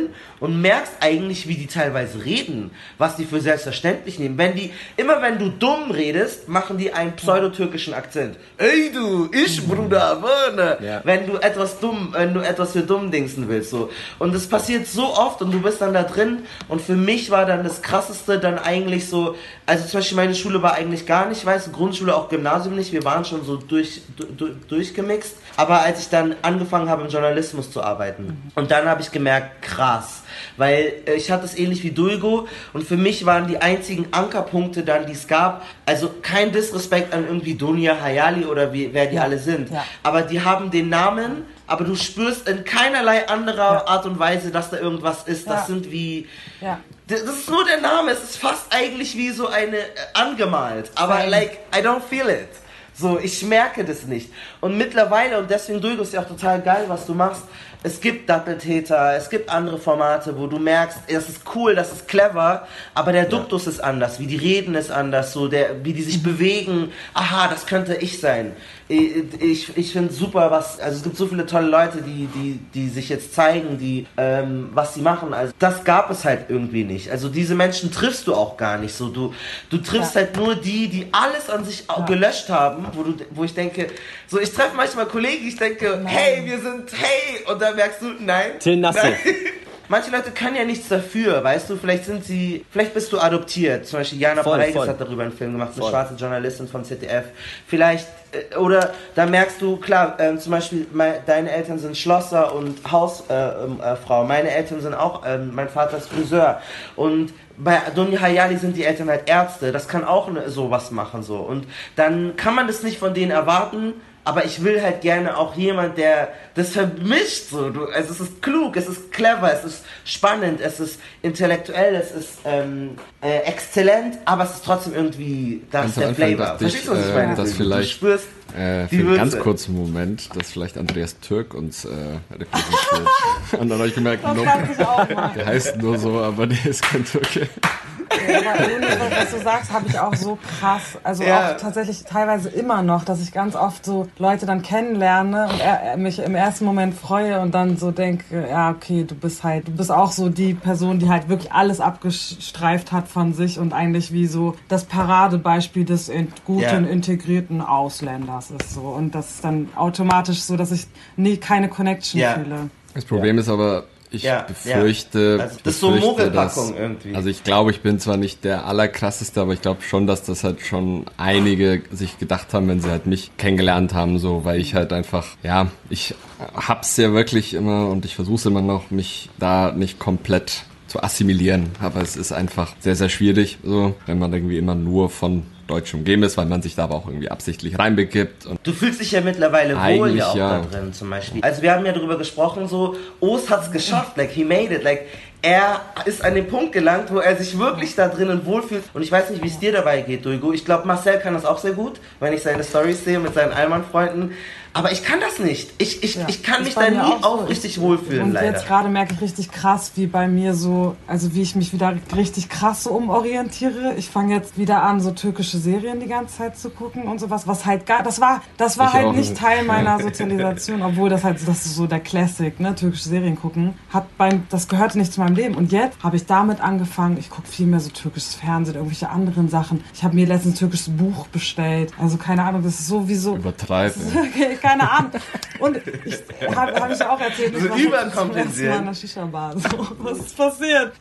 und merkst eigentlich, wie die teilweise reden, was die für selbstverständlich nehmen. Wenn die, immer wenn du dumm redest, machen die einen pseudotürkischen Akzent. Ey du, ich Bruder, Wörne. Ja. Wenn du etwas dumm, wenn du etwas für dumm dingsen willst, so. Und das passiert so oft und du bist dann da drin und für mich war dann das Krasseste dann eigentlich so, also zum Beispiel meine Schule war eigentlich gar nicht weiß, Grundschule, auch Gymnasium nicht, wir waren schon so durch, du, durchgemixt, aber als ich dann angefangen habe im Journalismus zu arbeiten mhm. und dann habe ich gemerkt, krass, weil äh, ich hatte es ähnlich wie Dulgo und für mich waren die einzigen Ankerpunkte dann, die es gab, also kein Disrespekt an irgendwie Dunia Hayali oder wie, wer die ja. alle sind, ja. aber die haben den Namen, aber du spürst in keinerlei anderer ja. Art und Weise, dass da irgendwas ist, das ja. sind wie... Ja. Das ist nur der Name, es ist fast eigentlich wie so eine äh, angemalt, aber Nein. like, I don't feel it. So, ich merke das nicht. Und mittlerweile, und deswegen, Dulgo, ist ja auch total geil, was du machst, es gibt Doppeltäter, es gibt andere Formate, wo du merkst, das ist cool, das ist clever, aber der Duktus ja. ist anders, wie die reden ist anders, so der, wie die sich bewegen, aha, das könnte ich sein. Ich, ich, ich finde super, was, also es gibt so viele tolle Leute, die, die, die sich jetzt zeigen, die, ähm, was sie machen, also das gab es halt irgendwie nicht. Also diese Menschen triffst du auch gar nicht so, du, du triffst ja. halt nur die, die alles an sich ja. gelöscht haben, wo du, wo ich denke, so ich treffe manchmal Kollegen, ich denke, nein. hey, wir sind, hey, und dann merkst du, nein. Till Nassif. Manche Leute können ja nichts dafür, weißt du, vielleicht sind sie, vielleicht bist du adoptiert, zum Beispiel Jana Paredes hat darüber einen Film gemacht, eine voll. schwarze Journalistin von Z D F, vielleicht, äh, oder da merkst du, klar, äh, zum Beispiel, mein, deine Eltern sind Schlosser und Hausfrau, äh, äh, meine Eltern sind auch, äh, mein Vater ist Friseur und bei Dunia Hayali sind die Eltern halt Ärzte, das kann auch ne, sowas machen, so, und dann kann man das nicht von denen erwarten. Aber ich will halt gerne auch jemand, der das vermischt, so. Du, also es ist klug, es ist clever, es ist spannend, es ist intellektuell, es ist ähm, äh, exzellent, aber es ist trotzdem irgendwie das ist der Flavor. Verstehst du, was ich meine? Das du, vielleicht, du spürst äh, für einen ganz kurzen Moment, dass vielleicht Andreas Türk uns äh, repräsentiert. Und dann habe ich gemerkt, no, der heißt nur so, aber der ist kein Türke. Ja, aber was du sagst, habe ich auch so krass, also ja. auch tatsächlich teilweise immer noch, dass ich ganz oft so Leute dann kennenlerne und er, mich im ersten Moment freue und dann so denke, ja okay, du bist halt, du bist auch so die Person, die halt wirklich alles abgestreift hat von sich und eigentlich wie so das Paradebeispiel des guten, ja. integrierten Ausländers ist so und das ist dann automatisch so, dass ich nie keine Connection ja. fühle. Das Problem ja. ist aber, ich ja, befürchte, ja. Also, das ist so Mogelpackung irgendwie. Also ich glaube, ich bin zwar nicht der allerkrasseste, aber ich glaube schon, dass das halt schon einige sich gedacht haben, wenn sie halt mich kennengelernt haben, so, weil ich halt einfach, ja, ich hab's ja wirklich immer und ich versuche immer noch, mich da nicht komplett zu assimilieren, aber es ist einfach sehr, sehr schwierig, so, wenn man irgendwie immer nur von Deutsch umgeben ist, weil man sich da aber auch irgendwie absichtlich reinbegibt. Und du fühlst dich ja mittlerweile wohl ja auch ja. da drin, zum Beispiel. Also wir haben ja darüber gesprochen, so, Oz hat's geschafft, like, he made it, like, er ist an den Punkt gelangt, wo er sich wirklich da drinnen wohlfühlt. Und ich weiß nicht, wie es dir dabei geht, Dulgo. Ich glaube, Marcel kann das auch sehr gut, wenn ich seine Storys sehe mit seinen Allmann-Freunden. Aber ich kann das nicht. Ich, ich, ja, ich kann mich da nie auch, auch so richtig wohlfühlen, und leider. Und jetzt gerade merke ich richtig krass, wie bei mir so, also wie ich mich wieder richtig krass so umorientiere. Ich fange jetzt wieder an, so türkische Serien die ganze Zeit zu gucken und sowas, was halt gar, das war, das war ich halt nicht Teil meiner Sozialisation, obwohl das halt, das ist so der Classic, ne, türkische Serien gucken, hat beim, das gehörte nicht zu meinem Leben. Und jetzt habe ich damit angefangen, ich gucke viel mehr so türkisches Fernsehen, irgendwelche anderen Sachen. Ich habe mir letztens ein türkisches Buch bestellt, also keine Ahnung, das ist sowieso... Übertreiben. Keine Ahnung. Und ich habe hab ich ja auch erzählt, so ich war zum ersten Mal in der Shisha-Bar. So, was ist passiert?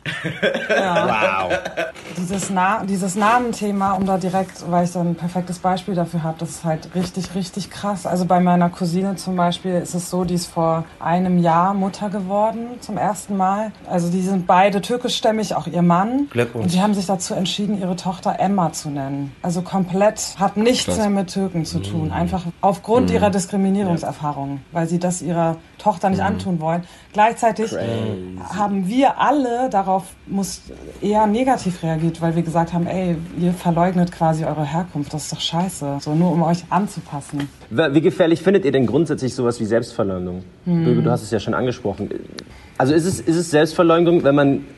Ja. Wow. Dieses, Na- dieses Namenthema, um da direkt, weil ich da ein perfektes Beispiel dafür habe, das ist halt richtig, richtig krass. Also bei meiner Cousine zum Beispiel ist es so, die ist vor einem Jahr Mutter geworden, zum ersten Mal. Also die sind beide türkischstämmig, auch ihr Mann. Glückwunsch. Und die haben sich dazu entschieden, ihre Tochter Emma zu nennen. Also komplett, hat nichts Krass. mehr mit Türken zu tun. Einfach aufgrund mhm. ihrer Diskriminierungserfahrungen, ja. weil sie das ihrer Tochter nicht mhm. antun wollen. Gleichzeitig Crazy. haben wir alle darauf muss eher negativ reagiert, weil wir gesagt haben, ey, ihr verleugnet quasi eure Herkunft, das ist doch scheiße. So, nur um euch anzupassen. Wie gefährlich findet ihr denn grundsätzlich sowas wie Selbstverleumdung? Hm. Du hast es ja schon angesprochen. Also ist es, ist es Selbstverleumdung, wenn man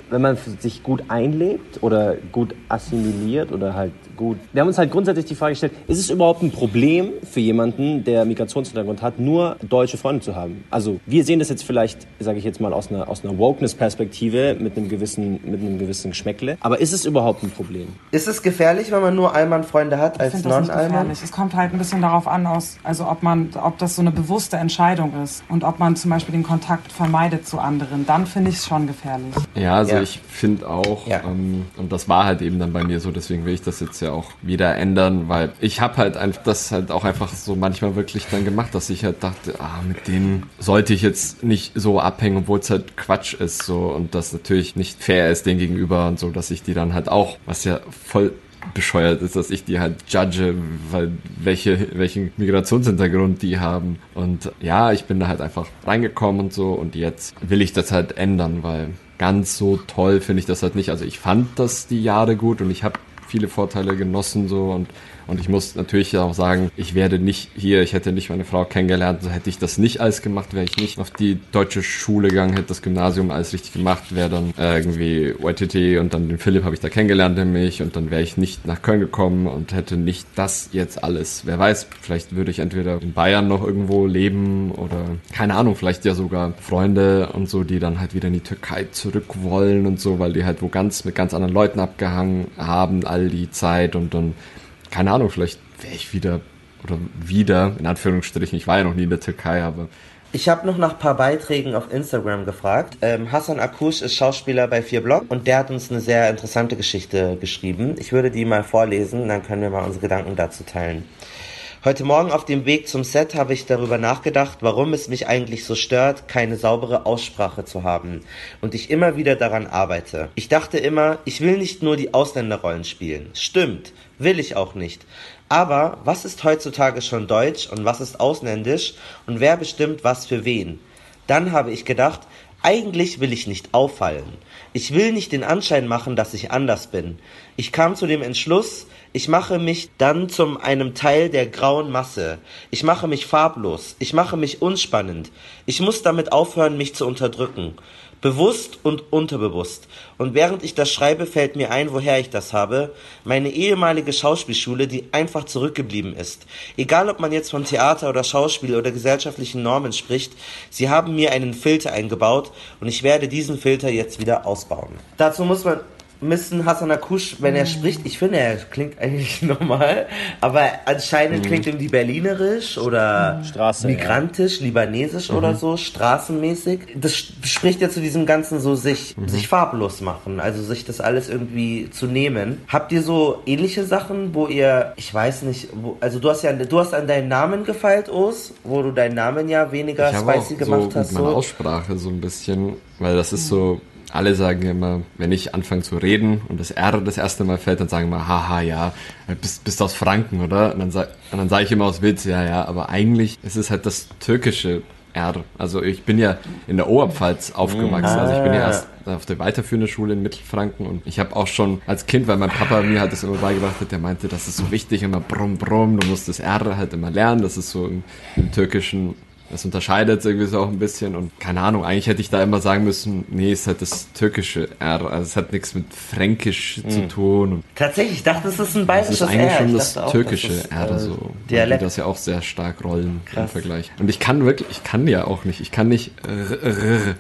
wenn man sich gut einlebt oder gut assimiliert oder halt gut... Wir haben uns halt grundsätzlich die Frage gestellt, ist es überhaupt ein Problem für jemanden, der Migrationshintergrund hat, nur deutsche Freunde zu haben? Also wir sehen das jetzt vielleicht, sage ich jetzt mal, aus einer, aus einer Wokeness-Perspektive mit einem gewissen, mit einem gewissen Geschmäckle. Aber ist es überhaupt ein Problem? Ist es gefährlich, wenn man nur Allmann-Freunde hat als Non-Allmann? Ich finde das nicht gefährlich. Es kommt halt ein bisschen darauf an, aus, also ob man, ob das so eine bewusste Entscheidung ist und ob man zum Beispiel den Kontakt vermeidet zu anderen. Dann finde ich es schon gefährlich. Ja, also ja. ich finde auch, ja. ähm, und das war halt eben dann bei mir so, deswegen will ich das jetzt ja auch wieder ändern, weil ich habe halt einfach das halt auch einfach so manchmal wirklich dann gemacht, dass ich halt dachte, ah, mit denen sollte ich jetzt nicht so abhängen, obwohl es halt Quatsch ist so und das natürlich nicht fair ist denen gegenüber und so, dass ich die dann halt auch, was ja voll bescheuert ist, dass ich die halt judge, weil welche, welchen Migrationshintergrund die haben. Und ja, ich bin da halt einfach reingekommen und so und jetzt will ich das halt ändern, weil ganz so toll finde ich das halt nicht. Also ich fand das die Jahre gut und ich habe viele Vorteile genossen so und Und ich muss natürlich auch sagen, ich werde nicht hier, ich hätte nicht meine Frau kennengelernt, so hätte ich das nicht alles gemacht, wäre ich nicht auf die deutsche Schule gegangen, hätte das Gymnasium alles richtig gemacht, wäre dann äh, irgendwie Y T T und dann den Philipp habe ich da kennengelernt nämlich und dann wäre ich nicht nach Köln gekommen und hätte nicht das jetzt alles. Wer weiß, vielleicht würde ich entweder in Bayern noch irgendwo leben oder keine Ahnung, vielleicht ja sogar Freunde und so, die dann halt wieder in die Türkei zurück wollen und so, weil die halt wo ganz mit ganz anderen Leuten abgehangen haben all die Zeit und dann keine Ahnung, vielleicht wäre ich wieder, oder wieder, in Anführungsstrichen, ich war ja noch nie in der Türkei, aber... Ich habe noch nach ein paar Beiträgen auf Instagram gefragt. Ähm, Hasan Akush ist Schauspieler bei vier Block und der hat uns eine sehr interessante Geschichte geschrieben. Ich würde die mal vorlesen, dann können wir mal unsere Gedanken dazu teilen. Heute Morgen auf dem Weg zum Set habe ich darüber nachgedacht, warum es mich eigentlich so stört, keine saubere Aussprache zu haben und ich immer wieder daran arbeite. Ich dachte immer, ich will nicht nur die Ausländerrollen spielen. Stimmt, will ich auch nicht. Aber was ist heutzutage schon deutsch und was ist ausländisch und wer bestimmt was für wen? Dann habe ich gedacht, eigentlich will ich nicht auffallen. Ich will nicht den Anschein machen, dass ich anders bin. Ich kam zu dem Entschluss, ich mache mich dann zu einem Teil der grauen Masse. Ich mache mich farblos. Ich mache mich unspannend. Ich muss damit aufhören, mich zu unterdrücken. Bewusst und unterbewusst. Und während ich das schreibe, fällt mir ein, woher ich das habe. Meine ehemalige Schauspielschule, die einfach zurückgeblieben ist. Egal, ob man jetzt von Theater oder Schauspiel oder gesellschaftlichen Normen spricht, sie haben mir einen Filter eingebaut und ich werde diesen Filter jetzt wieder ausbauen. Dazu muss man... müssen Hasan Akush, wenn er spricht, ich finde, er klingt eigentlich normal, aber anscheinend mhm. klingt irgendwie berlinerisch oder Straße, migrantisch, ja. libanesisch mhm. oder so, straßenmäßig. Das spricht ja zu diesem Ganzen so, sich, mhm. sich farblos machen, also sich das alles irgendwie zu nehmen. Habt ihr so ähnliche Sachen, wo ihr, ich weiß nicht, wo, also du hast ja, du hast an deinen Namen gefeilt, Os, wo du deinen Namen ja weniger ich spicy auch gemacht so hast. Mit meiner so. Aussprache so ein bisschen, weil das ist so, alle sagen immer, wenn ich anfange zu reden und das R das erste Mal fällt, dann sagen immer, haha, ja, bist, bist aus Franken, oder? Und dann, sa- und dann sage ich immer aus Witz, ja, ja, aber eigentlich ist es halt das türkische R. Also ich bin ja in der Oberpfalz aufgewachsen, also ich bin ja erst auf der weiterführenden Schule in Mittelfranken und ich habe auch schon als Kind, weil mein Papa mir halt das immer beigebracht hat, der meinte, das ist so wichtig, immer brumm, brumm, du musst das R halt immer lernen, das ist so im, im türkischen... Das unterscheidet es irgendwie so auch ein bisschen und keine Ahnung, eigentlich hätte ich da immer sagen müssen, nee, es ist halt das türkische R, also es hat nichts mit Fränkisch mhm. zu tun. Und tatsächlich, ich dachte, das ist ein bayerisches R. Das ist eigentlich R. schon ich das auch, türkische das ist, R, äh, so, Dialekt. weil die das ja auch sehr stark rollen Krass. im Vergleich. Und ich kann wirklich, ich kann ja auch nicht, ich kann nicht, r, r, r,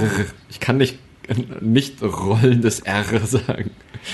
ich kann nicht, nicht rollendes R sagen.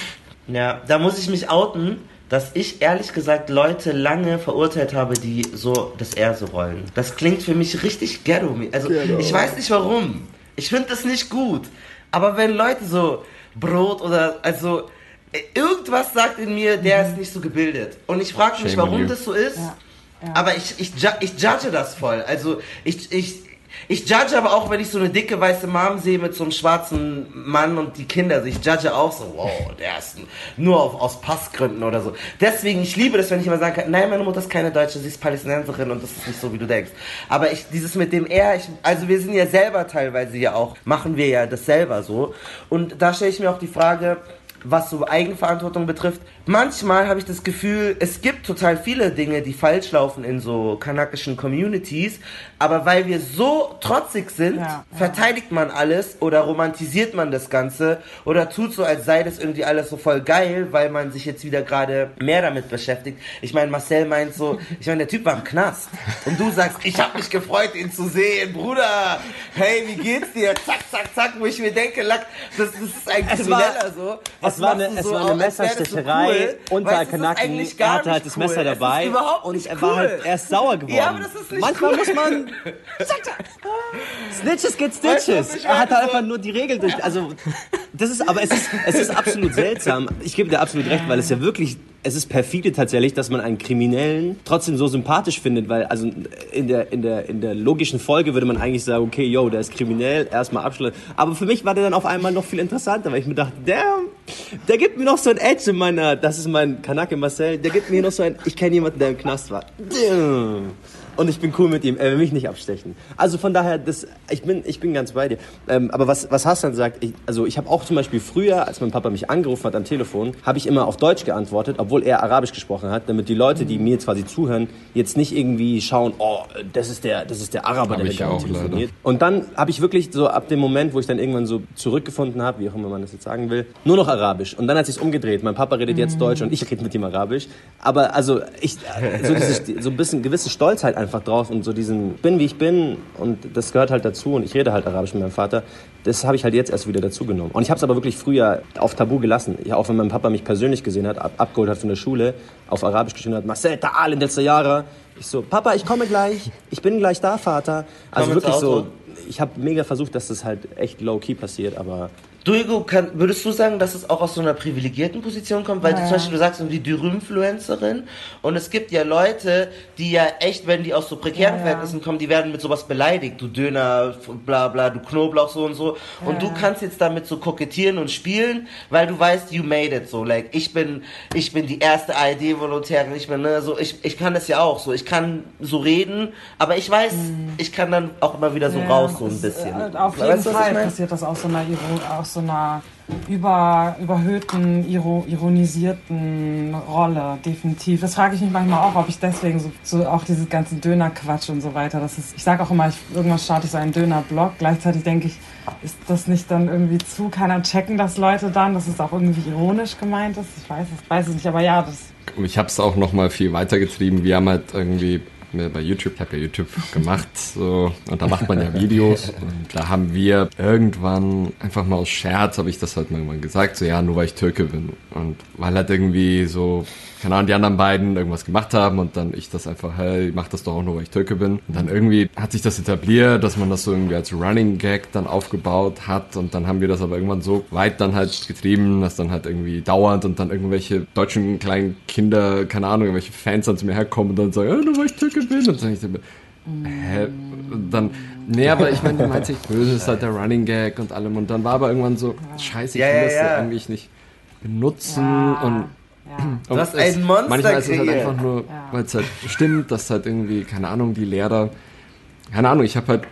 Ja, da muss ich mich outen, dass ich ehrlich gesagt Leute lange verurteilt habe, die so das R so rollen. Das klingt für mich richtig ghetto. Also ghetto. Ich weiß nicht warum. Ich finde das nicht gut. Aber wenn Leute so Brot oder also irgendwas sagt in mir, der mhm. ist nicht so gebildet. Und ich frage mich, warum das so ist. Ja. Ja. Aber ich, ich, ich judge das voll. Also ich, ich Ich judge aber auch, wenn ich so eine dicke weiße Mom sehe mit so einem schwarzen Mann und die Kinder. Also ich judge auch so, wow, der ist nur auf, aus Passgründen oder so. Deswegen, ich liebe das, wenn ich immer sagen kann, nein, meine Mutter ist keine Deutsche, sie ist Palästinenserin und das ist nicht so, wie du denkst. Aber ich, dieses mit dem R, ich, also wir sind ja selber teilweise ja auch, machen wir ja das selber so. Und da stelle ich mir auch die Frage, was so Eigenverantwortung betrifft. Manchmal habe ich das Gefühl, es gibt total viele Dinge, die falsch laufen in so kanakischen Communities, Aber weil wir so trotzig sind, ja, verteidigt man alles oder romantisiert man das Ganze oder tut so, als sei das irgendwie alles so voll geil, weil man sich jetzt wieder gerade mehr damit beschäftigt. Ich meine, Marcel meint so, ich meine, der Typ war im Knast und du sagst, ich habe mich gefreut, ihn zu sehen, Bruder, hey, wie geht's dir? Zack, zack, zack, wo ich mir denke, lack, das, das ist ein Krimineller so. Es war eine, es so war eine Messerstecherei, so cool? unter weißt, Kanaken, er hatte halt das cool. Messer dabei und er war cool. halt, er ist sauer geworden. Ja, aber das ist nicht Manchmal cool. muss man, Snitches get Stitches. Weißt du, er hat so halt einfach nur die Regel durch, also, das ist, aber es ist, es ist absolut seltsam. Ich gebe dir absolut recht, weil es ja wirklich, es ist perfide tatsächlich, dass man einen Kriminellen trotzdem so sympathisch findet, weil, also, in der, in der, in der logischen Folge würde man eigentlich sagen, okay, yo, der ist kriminell, erstmal abschließen. Aber für mich war der dann auf einmal noch viel interessanter, weil ich mir dachte, damn, der gibt mir noch so ein Edge in meiner, das ist mein Kanake Marcel, der gibt mir noch so ein, ich kenne jemanden, der im Knast war. Damn. Und ich bin cool mit ihm, er will mich nicht abstechen. Also von daher, das, ich, bin, ich bin ganz bei dir. Ähm, aber was, was Hassan sagt, ich, also ich habe auch zum Beispiel früher, als mein Papa mich angerufen hat am Telefon, habe ich immer auf Deutsch geantwortet, obwohl er Arabisch gesprochen hat, damit die Leute, die mir jetzt quasi zuhören, jetzt nicht irgendwie schauen, oh, das ist der, das ist der Araber, hab der ich mit auch telefoniert. leider. Und dann habe ich wirklich so ab dem Moment, wo ich dann irgendwann so zurückgefunden habe, wie auch immer man das jetzt sagen will, nur noch Arabisch. Und dann hat sich's umgedreht. Mein Papa redet jetzt Deutsch und ich rede mit ihm Arabisch. Aber also ich, so, dieses, so ein bisschen gewisse Stolzheit einfach drauf und so diesen, bin wie ich bin und das gehört halt dazu und ich rede halt Arabisch mit meinem Vater, das habe ich halt jetzt erst wieder dazu genommen. Und ich habe es aber wirklich früher auf Tabu gelassen. Ich, auch wenn mein Papa mich persönlich gesehen hat, ab, abgeholt hat von der Schule, auf Arabisch geschrieben hat, Marcel, ta'al in der Jahre. Ich so, Papa, ich komme gleich, ich bin gleich da, Vater. Also Komm wirklich ins Auto. so, ich habe mega versucht, dass das halt echt low-key passiert, aber... Du, Hugo, kann, würdest du sagen, dass es auch aus so einer privilegierten Position kommt? Weil Ja, du zum Beispiel, du sagst, die Dürüm-Influencerin und es gibt ja Leute, die ja echt, wenn die aus so prekären Ja, ja. Verhältnissen kommen, die werden mit sowas beleidigt. Du Döner, bla bla, du Knoblauch, so und so. Und Ja, du ja. kannst jetzt damit so kokettieren und spielen, weil du weißt, you made it, so. Like, ich bin, ich bin die erste A R D-Volontärin, ich bin, ne, so, ich, ich kann das ja auch, so. Ich kann so reden, aber ich weiß, ich kann dann auch immer wieder so Ja, raus, so ein es- bisschen. äh, Auf jeden Weißt du, was ich Fall mein? passiert das aus so einer, Iro- aus so einer über, überhöhten, iro, ironisierten Rolle, definitiv. Das frage ich mich manchmal auch, ob ich deswegen so, so auch dieses ganze Döner-Quatsch und so weiter, das ist, ich sage auch immer, ich, irgendwann starte ich so einen Döner-Blog, gleichzeitig denke ich, ist das nicht dann irgendwie zu, keiner checken das Leute dann, dass es auch irgendwie ironisch gemeint ist, ich weiß es, weiß es nicht, aber ja, das... Ich habe es auch noch mal viel weitergetrieben. Wir haben halt irgendwie bei YouTube, ich habe ja YouTube gemacht, so, und da macht man ja Videos und da haben wir irgendwann einfach mal aus Scherz, habe ich das halt mal irgendwann gesagt, so ja, nur weil ich Türke bin und weil halt irgendwie so, keine Ahnung, die anderen beiden irgendwas gemacht haben und dann ich das einfach, hey, ich mach das doch auch nur, weil ich Türke bin. Und dann irgendwie hat sich das etabliert, dass man das so irgendwie als Running Gag dann aufgebaut hat und dann haben wir das aber irgendwann so weit dann halt getrieben, dass dann halt irgendwie dauernd und dann irgendwelche deutschen kleinen Kinder, keine Ahnung, irgendwelche Fans dann zu mir herkommen und dann sagen, ja, nur weil ich Türke bin. Und dann sag ich so, hä? Und dann, nee, aber ich meine, du meinst nicht böse, ist halt der Running Gag und allem. Und dann war aber irgendwann so, scheiße, ich Ja, will ja, das ja ja. eigentlich nicht benutzen Ja. und Ja. und Du hast es- ein Monster manchmal ist es halt kreiert. einfach nur, Ja. weil es halt stimmt, dass halt irgendwie, keine Ahnung, die Lehrer, keine Ahnung, ich habe halt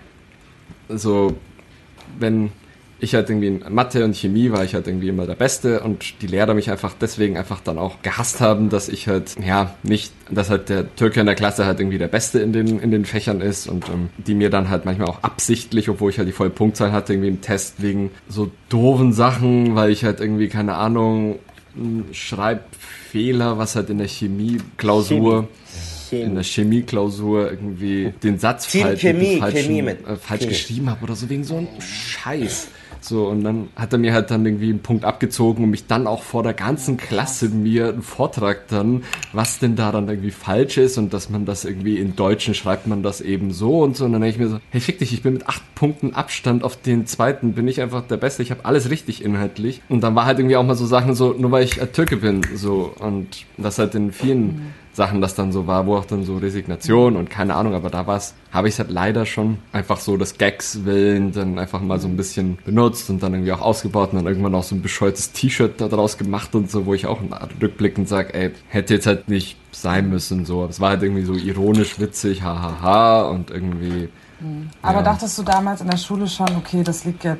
so, wenn ich halt irgendwie in Mathe und Chemie war ich halt irgendwie immer der Beste und die Lehrer mich einfach deswegen einfach dann auch gehasst haben, dass ich halt, ja, nicht, dass halt der Türke in der Klasse halt irgendwie der Beste in den, in den Fächern ist und ähm, die mir dann halt manchmal auch absichtlich, obwohl ich halt die volle Punktzahl hatte, irgendwie im Test wegen so doofen Sachen, weil ich halt irgendwie, keine Ahnung, ein Schreibfehler, was halt in der Chemie-Klausur, in der Chemie-Klausur irgendwie den Satz Team falsch, Chemie, mit dem falschen, Chemie mit äh, falsch Chemie. geschrieben habe oder so, wegen so einem Scheiß. So, und dann hat er mir halt dann irgendwie einen Punkt abgezogen und mich dann auch vor der ganzen Klasse mir einen Vortrag dann, was denn daran irgendwie falsch ist und dass man das irgendwie in Deutschen schreibt man das eben so und so. Und dann denke ich mir so, hey, fick dich, ich bin mit acht Punkten Abstand auf den zweiten, bin ich einfach der Beste, ich habe alles richtig inhaltlich. Und dann war halt irgendwie auch mal so Sachen so, nur weil ich äh, Türke bin, so. Und das halt in vielen Sachen das dann so war, wo auch dann so Resignation und keine Ahnung, aber da war's, habe ich es halt leider schon einfach so des Gags willen dann einfach mal so ein bisschen benutzt und dann irgendwie auch ausgebaut und dann irgendwann auch so ein bescheuertes T-Shirt da draus gemacht und so, wo ich auch rückblickend sage, ey, hätte jetzt halt nicht sein müssen, so, aber es war halt irgendwie so ironisch witzig, hahaha und irgendwie. Aber ja. dachtest du damals in der Schule schon, okay, das liegt jetzt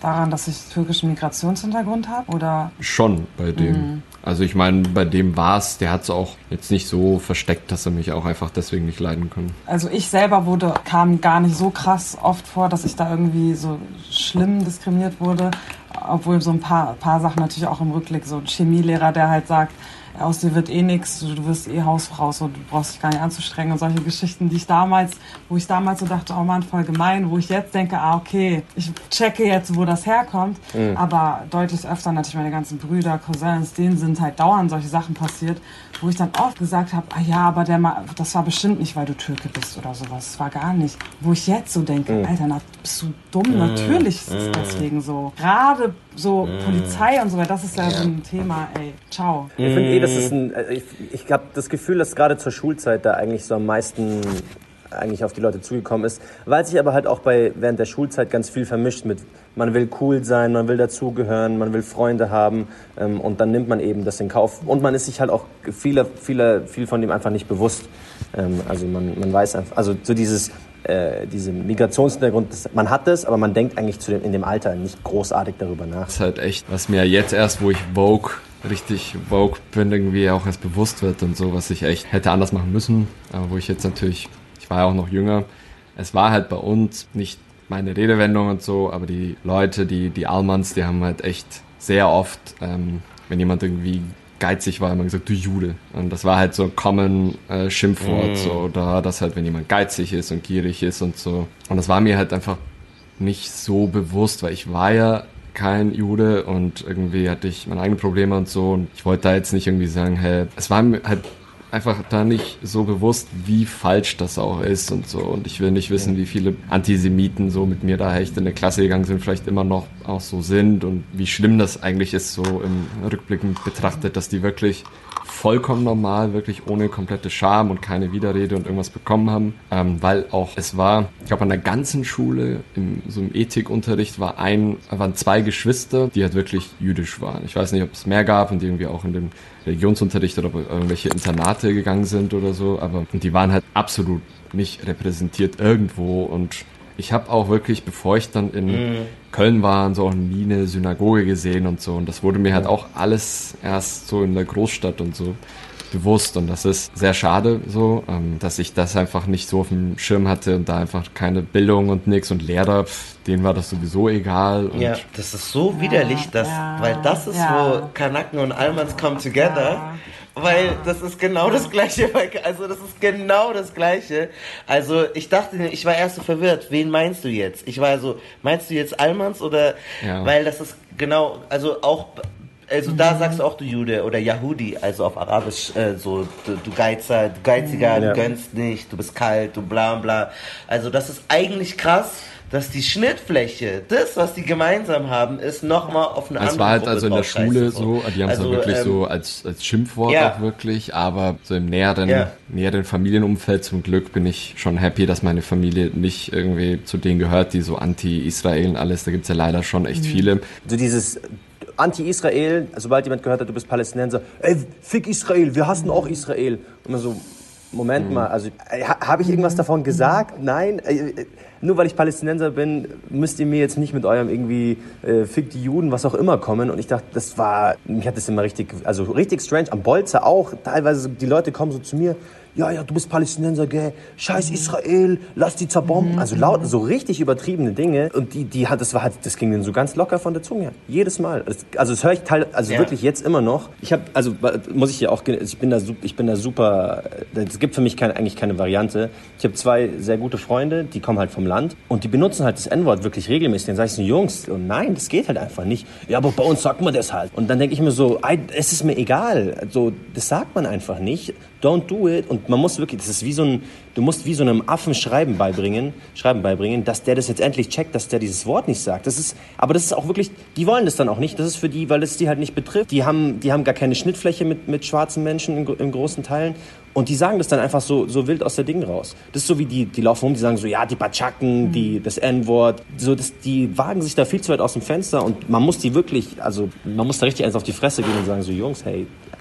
daran, dass ich türkischen Migrationshintergrund habe? Oder? Schon bei dem. Mhm. Also ich meine, bei dem war es, der hat es auch jetzt nicht so versteckt, dass er mich auch einfach deswegen nicht leiden kann. Also ich selber wurde, kam gar nicht so krass oft vor, dass ich da irgendwie so schlimm diskriminiert wurde. Obwohl so ein paar, paar Sachen natürlich auch im Rückblick, so ein Chemielehrer, der halt sagt, aus dir wird eh nix, du wirst eh Hausfrau, so, du brauchst dich gar nicht anzustrengen und solche Geschichten, die ich damals, wo ich damals so dachte, oh Mann, voll gemein, wo ich jetzt denke, ah okay, ich checke jetzt, wo das herkommt, mhm. aber deutlich öfter natürlich meine ganzen Brüder, Cousins, denen sind halt dauernd solche Sachen passiert, wo ich dann oft gesagt habe, ah ja, aber der Ma- das war bestimmt nicht, weil du Türke bist oder sowas, das war gar nicht. Wo ich jetzt so denke, mhm. Alter, na, bist du dumm, mhm. natürlich ist es mhm. deswegen so. Gerade so mhm. Polizei und so weiter, das ist ja, ja so ein Thema, ey, ciao. Ich finde eh, das ist ein, ich, ich habe das Gefühl, dass gerade zur Schulzeit da eigentlich so am meisten eigentlich auf die Leute zugekommen ist, weil sich aber halt auch bei während der Schulzeit ganz viel vermischt mit, man will cool sein, man will dazugehören, man will Freunde haben ähm, und dann nimmt man eben das in Kauf und man ist sich halt auch viele, viele, viel von dem einfach nicht bewusst. Ähm, also man, man weiß einfach, also so dieses Äh, diese Migrationshintergrund, das, man hat das, aber man denkt eigentlich zu dem, in dem Alter nicht großartig darüber nach. Das ist halt echt, was mir jetzt erst, wo ich Vogue, richtig Vogue bin, irgendwie auch erst bewusst wird und so, was ich echt hätte anders machen müssen, aber wo ich jetzt natürlich, ich war ja auch noch jünger, es war halt bei uns nicht meine Redewendung und so, aber die Leute, die, die Almans, die haben halt echt sehr oft, ähm, wenn jemand irgendwie geizig war, immer gesagt, du Jude. Und das war halt so ein common äh, Schimpfwort, mm. so, da, dass halt, wenn jemand geizig ist und gierig ist und so. Und das war mir halt einfach nicht so bewusst, weil ich war ja kein Jude und irgendwie hatte ich meine eigenen Probleme und so. Und ich wollte da jetzt nicht irgendwie sagen, hey, es war mir halt einfach da nicht so bewusst, wie falsch das auch ist und so. Und ich will nicht wissen, wie viele Antisemiten so mit mir da echt in der Klasse gegangen sind, vielleicht immer noch auch so sind und wie schlimm das eigentlich ist, so im Rückblicken betrachtet, dass die wirklich vollkommen normal, wirklich ohne komplette Scham und keine Widerrede und irgendwas bekommen haben. Ähm, weil auch es war, ich glaube an der ganzen Schule, in so einem Ethikunterricht war ein, waren zwei Geschwister, die halt wirklich jüdisch waren. Ich weiß nicht, ob es mehr gab und die irgendwie auch in dem Religionsunterricht oder irgendwelche Internate gegangen sind oder so, aber und die waren halt absolut nicht repräsentiert irgendwo und ich habe auch wirklich, bevor ich dann in mm. Köln war, so nie eine Synagoge gesehen und so und das wurde mir halt auch alles erst so in der Großstadt und so bewusst und das ist sehr schade so, ähm, dass ich das einfach nicht so auf dem Schirm hatte und da einfach keine Bildung und nix und Lehrer, pff, denen war das sowieso egal. Und ja, das ist so widerlich, dass, ja, weil das ist, ja. wo Kanaken und Almans come together. Ja. Weil das ist genau das Gleiche, also das ist genau das Gleiche. Also ich dachte, ich war erst so verwirrt, wen meinst du jetzt? Ich war so, meinst du jetzt Almans oder, ja. weil das ist genau, also auch, also mhm. da sagst du auch du Jude oder Yahudi, also auf Arabisch äh, so, du, du Geizer, du Geiziger, ja. du gönnst nicht, du bist kalt, du bla bla. Also das ist eigentlich krass, dass die Schnittfläche, das, was die gemeinsam haben, ist nochmal auf eine andere Gruppe. Es war halt also in der Schule so, die haben es also, wirklich ähm, so als, als Schimpfwort ja. auch wirklich, aber so im näheren, ja. näheren Familienumfeld zum Glück bin ich schon happy, dass meine Familie nicht irgendwie zu denen gehört, die so anti-Israel und alles, da gibt's ja leider schon echt mhm. viele. So dieses Anti-Israel, sobald jemand gehört hat, du bist Palästinenser, ey, fick Israel, wir hassen auch Israel. Und man so, Moment mal, also habe ich irgendwas davon gesagt? Nein, äh, nur weil ich Palästinenser bin, müsst ihr mir jetzt nicht mit eurem irgendwie äh, fick die Juden, was auch immer kommen. Und ich dachte, das war, mich hat das immer richtig, also richtig strange, am Bolzer auch, teilweise die Leute kommen so zu mir, ja, ja, du bist Palästinenser, gell, scheiß Israel, lass die zerbomben. Also laut, so richtig übertriebene Dinge. Und die, die hat, das war halt, das ging denen so ganz locker von der Zunge her. Jedes Mal. Also das höre ich teil, also ja. wirklich jetzt immer noch. Ich habe, also muss ich ja auch, ich bin da, ich bin da super, es gibt für mich keine, eigentlich keine Variante. Ich habe zwei sehr gute Freunde, die kommen halt vom Land und die benutzen halt das En-Wort wirklich regelmäßig. Dann sage ich so, Jungs, und nein, das geht halt einfach nicht. Ja, aber bei uns sagt man das halt. Und dann denke ich mir so, es ist mir egal. Also, das sagt man einfach nicht. Don't do it. Und man muss wirklich, das ist wie so ein, du musst wie so einem Affen Schreiben beibringen, Schreiben beibringen, dass der das jetzt endlich checkt, dass der dieses Wort nicht sagt. Das ist, aber das ist auch wirklich, die wollen das dann auch nicht. Das ist für die, weil es die halt nicht betrifft. Die haben, die haben gar keine Schnittfläche mit, mit schwarzen Menschen in, in großen Teilen. Und die sagen das dann einfach so, so wild aus der Ding raus. Das ist so wie die, die laufen rum, die sagen so, ja, die Batschaken, die, das En-Wort. So, das, die wagen sich da viel zu weit aus dem Fenster und man muss die wirklich, also, man muss da richtig eins auf die Fresse gehen und sagen so, Jungs, hey,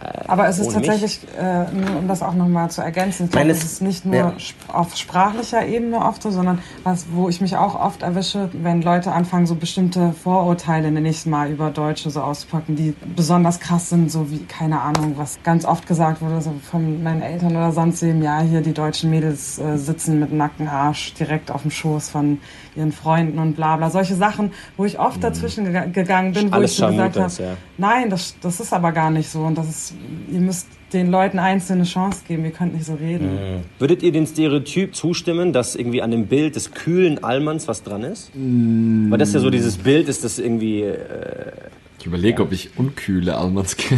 Aber es ist ohne tatsächlich, äh, nur um das auch nochmal zu ergänzen, ich glaube, es ist nicht nur ja. sp- auf sprachlicher Ebene oft so, sondern was, wo ich mich auch oft erwische, wenn Leute anfangen, so bestimmte Vorurteile, nenne ich es mal, über Deutsche so auszupacken, die besonders krass sind, so wie, keine Ahnung, was ganz oft gesagt wurde, so von meinen Eltern oder sonst wem, ja, hier die deutschen Mädels äh, sitzen mit nacktem Arsch direkt auf dem Schoß von ihren Freunden und bla bla. Solche Sachen, wo ich oft dazwischen gega- gegangen bin, wo Alles ich so gesagt habe, Scharmüters, ja. nein, das, das ist aber gar nicht so und das ist, ihr müsst den Leuten einzelne Chance geben, ihr könnt nicht so reden. Würdet ihr dem Stereotyp zustimmen, dass irgendwie an dem Bild des kühlen Allmanns was dran ist? Mm. Weil das ja so dieses Bild ist, das irgendwie... Äh, Ich überlege, ob ich unkühle Allmanns kenne.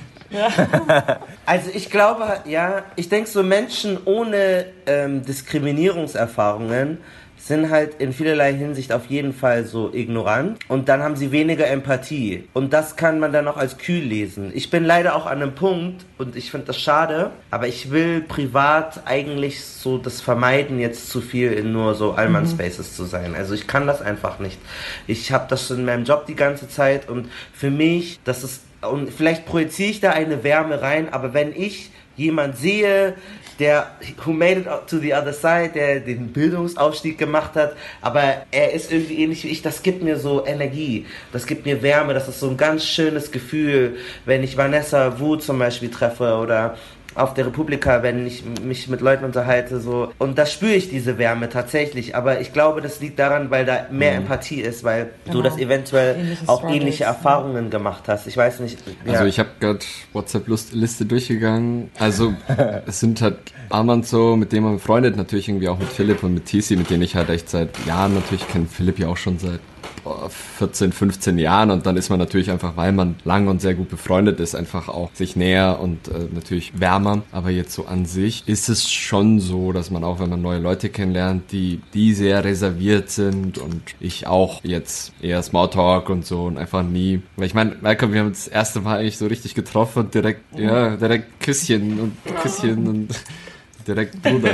Also ich glaube, ja, ich denke so Menschen ohne ähm, Diskriminierungserfahrungen sind halt in vielerlei Hinsicht auf jeden Fall so ignorant und dann haben sie weniger Empathie und das kann man dann auch als kühl lesen. Ich bin leider auch an einem Punkt und ich finde das schade, aber ich will privat eigentlich so das vermeiden, jetzt zu viel in nur so Allmann-Spaces zu sein. Also ich kann das einfach nicht. Ich habe das in meinem Job die ganze Zeit und für mich, das ist, und vielleicht projiziere ich da eine Wärme rein, aber wenn ich jemand sehe, der who made it to the other side, der den Bildungsaufstieg gemacht hat, aber er ist irgendwie ähnlich wie ich, das gibt mir so Energie, das gibt mir Wärme, das ist so ein ganz schönes Gefühl, wenn ich Vanessa Wu zum Beispiel treffe oder auf der Republika, wenn ich mich mit Leuten unterhalte, so. Und da spüre ich diese Wärme tatsächlich, aber ich glaube, das liegt daran, weil da mehr mhm. Empathie ist, weil genau. du das eventuell Ähnliche auch Struggles, ähnliche ja. Erfahrungen gemacht hast. Ich weiß nicht. Ja. Also ich habe gerade WhatsApp-Liste durchgegangen. Also es sind halt Armand so, mit dem man befreundet, natürlich irgendwie auch mit Philipp und mit Tisi, mit denen ich halt echt seit Jahren natürlich kenne. Philipp ja auch schon seit vierzehn, fünfzehn Jahren und dann ist man natürlich einfach, weil man lang und sehr gut befreundet ist, einfach auch sich näher und äh, natürlich wärmer. Aber jetzt so an sich ist es schon so, dass man auch, wenn man neue Leute kennenlernt, die, die sehr reserviert sind und ich auch jetzt eher Smalltalk und so und einfach nie, weil ich meine, Malcolm, wir haben uns das erste Mal eigentlich so richtig getroffen und direkt, ja, direkt Küsschen und Küsschen und direkt Bruder.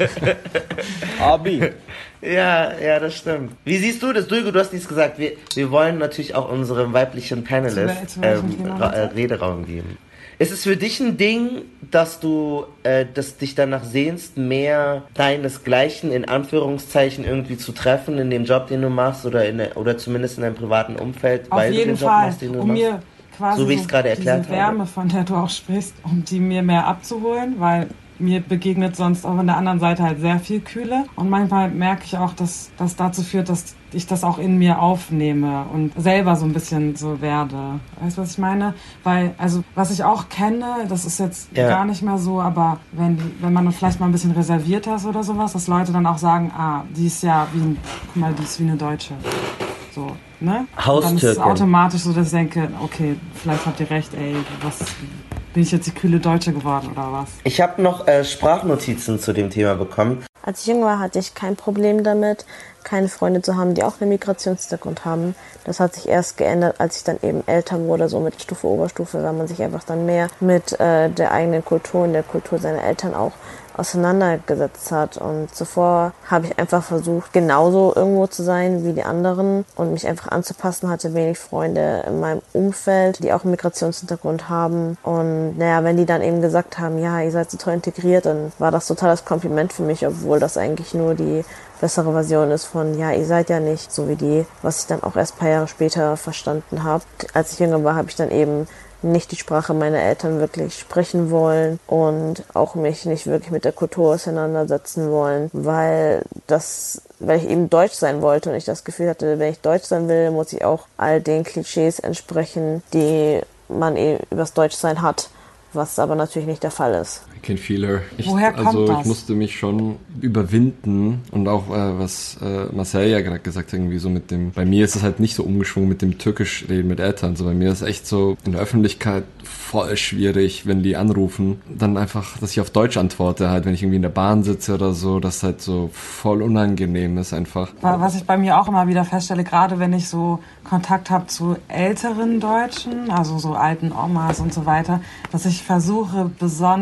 Abi. Ja, ja, das stimmt. Wie siehst du das? Dulgo, du hast nichts gesagt. Wir, wir wollen natürlich auch unserem weiblichen Panelist Zu wel- zu ähm, Ra- äh, Rederaum geben. Ist es für dich ein Ding, dass du äh, dass dich danach sehnst, mehr deinesgleichen in Anführungszeichen irgendwie zu treffen in dem Job, den du machst oder in der, oder zumindest in deinem privaten Umfeld, Auf weil jeden du den Job Fall, machst, den du um machst? mir quasi So wie ich es gerade erklärt diese Wärme, habe. von der du auch sprichst, um die mir mehr abzuholen, weil mir begegnet sonst auch an der anderen Seite halt sehr viel Kühle. Und manchmal merke ich auch, dass das dazu führt, dass ich das auch in mir aufnehme und selber so ein bisschen so werde. Weißt du, was ich meine? Weil, also, was ich auch kenne, das ist jetzt Ja. gar nicht mehr so, aber wenn, wenn man vielleicht mal ein bisschen reservierter ist oder sowas, dass Leute dann auch sagen, ah, die ist ja wie ein, guck mal, die ist wie eine Deutsche. So, ne? Und dann ist es Haustürkin. automatisch so, dass ich denke, okay, vielleicht habt ihr recht, ey, was... Bin ich jetzt die kühle Deutsche geworden oder was? Ich habe noch äh, Sprachnotizen zu dem Thema bekommen. Als ich jung war, hatte ich kein Problem damit, keine Freunde zu haben, die auch einen Migrationshintergrund haben. Das hat sich erst geändert, als ich dann eben älter wurde, so mit Stufe, Oberstufe, weil man sich einfach dann mehr mit äh, der eigenen Kultur und der Kultur seiner Eltern auch auseinandergesetzt hat. Und zuvor habe ich einfach versucht, genauso irgendwo zu sein wie die anderen und mich einfach anzupassen, hatte wenig Freunde in meinem Umfeld, die auch einen Migrationshintergrund haben. Und naja, wenn die dann eben gesagt haben, ja, ihr seid so toll integriert, dann war das total das Kompliment für mich, obwohl das eigentlich nur die bessere Version ist von, ja, ihr seid ja nicht so wie die, was ich dann auch erst ein paar Jahre später verstanden habe. Als ich jünger war, habe ich dann eben nicht die Sprache meiner Eltern wirklich sprechen wollen und auch mich nicht wirklich mit der Kultur auseinandersetzen wollen, weil das, weil ich eben Deutsch sein wollte und ich das Gefühl hatte, wenn ich Deutsch sein will, muss ich auch all den Klischees entsprechen, die man eben übers Deutschsein hat, was aber natürlich nicht der Fall ist. I can feel her. Ich, Woher kommt also das? ich musste mich schon überwinden und auch äh, was äh, Marcel ja gerade gesagt hat, irgendwie so mit dem, bei mir ist es halt nicht so umgeschwungen mit dem Türkisch reden mit Eltern, so bei mir ist es echt so in der Öffentlichkeit voll schwierig, wenn die anrufen, dann einfach, dass ich auf Deutsch antworte, halt wenn ich irgendwie in der Bahn sitze oder so, das halt so voll unangenehm ist einfach. Was ich bei mir auch immer wieder feststelle, gerade wenn ich so Kontakt habe zu älteren Deutschen, also so alten Omas und so weiter, dass ich versuche, besonders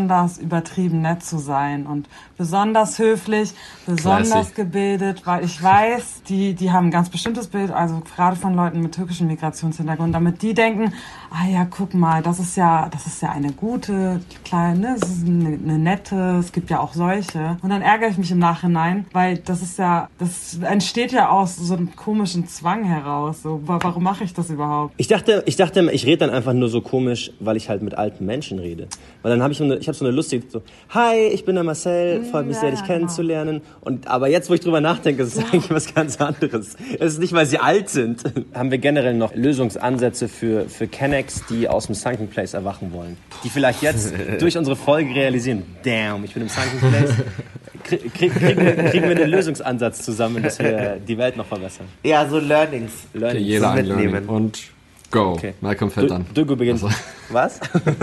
übertrieben nett zu sein und besonders höflich, besonders Classy. Gebildet, weil ich weiß, die, die haben ein ganz bestimmtes Bild, also gerade von Leuten mit türkischem Migrationshintergrund, damit die denken, ah ja, guck mal, das ist ja, das ist ja eine gute, kleine, das ist eine, eine nette, es gibt ja auch solche. Und dann ärgere ich mich im Nachhinein, weil das ist ja, das entsteht ja aus so einem komischen Zwang heraus. So, warum mache ich das überhaupt? Ich dachte, ich dachte, ich rede dann einfach nur so komisch, weil ich halt mit alten Menschen rede. Weil dann habe ich, so eine, ich habe so eine lustige, so, hi, ich bin der Marcel, freut mich ja, sehr, dich ja, kennenzulernen. Genau. Und aber jetzt, wo ich drüber nachdenke, ist es ja. eigentlich was ganz anderes. Es ist nicht, weil sie alt sind. Haben wir generell noch Lösungsansätze für für Kennex, die aus dem Sunken Place erwachen wollen, die vielleicht jetzt durch unsere Folge realisieren, damn, ich bin im Sunken Place. Krieg, krieg, kriegen, wir, kriegen wir einen Lösungsansatz zusammen, dass wir die Welt noch verbessern? Ja, so Learnings. Learnings. Okay, jeder ein Learning. Und go. Okay. Malcolm fällt an. Dögo beginnt. Also. Was?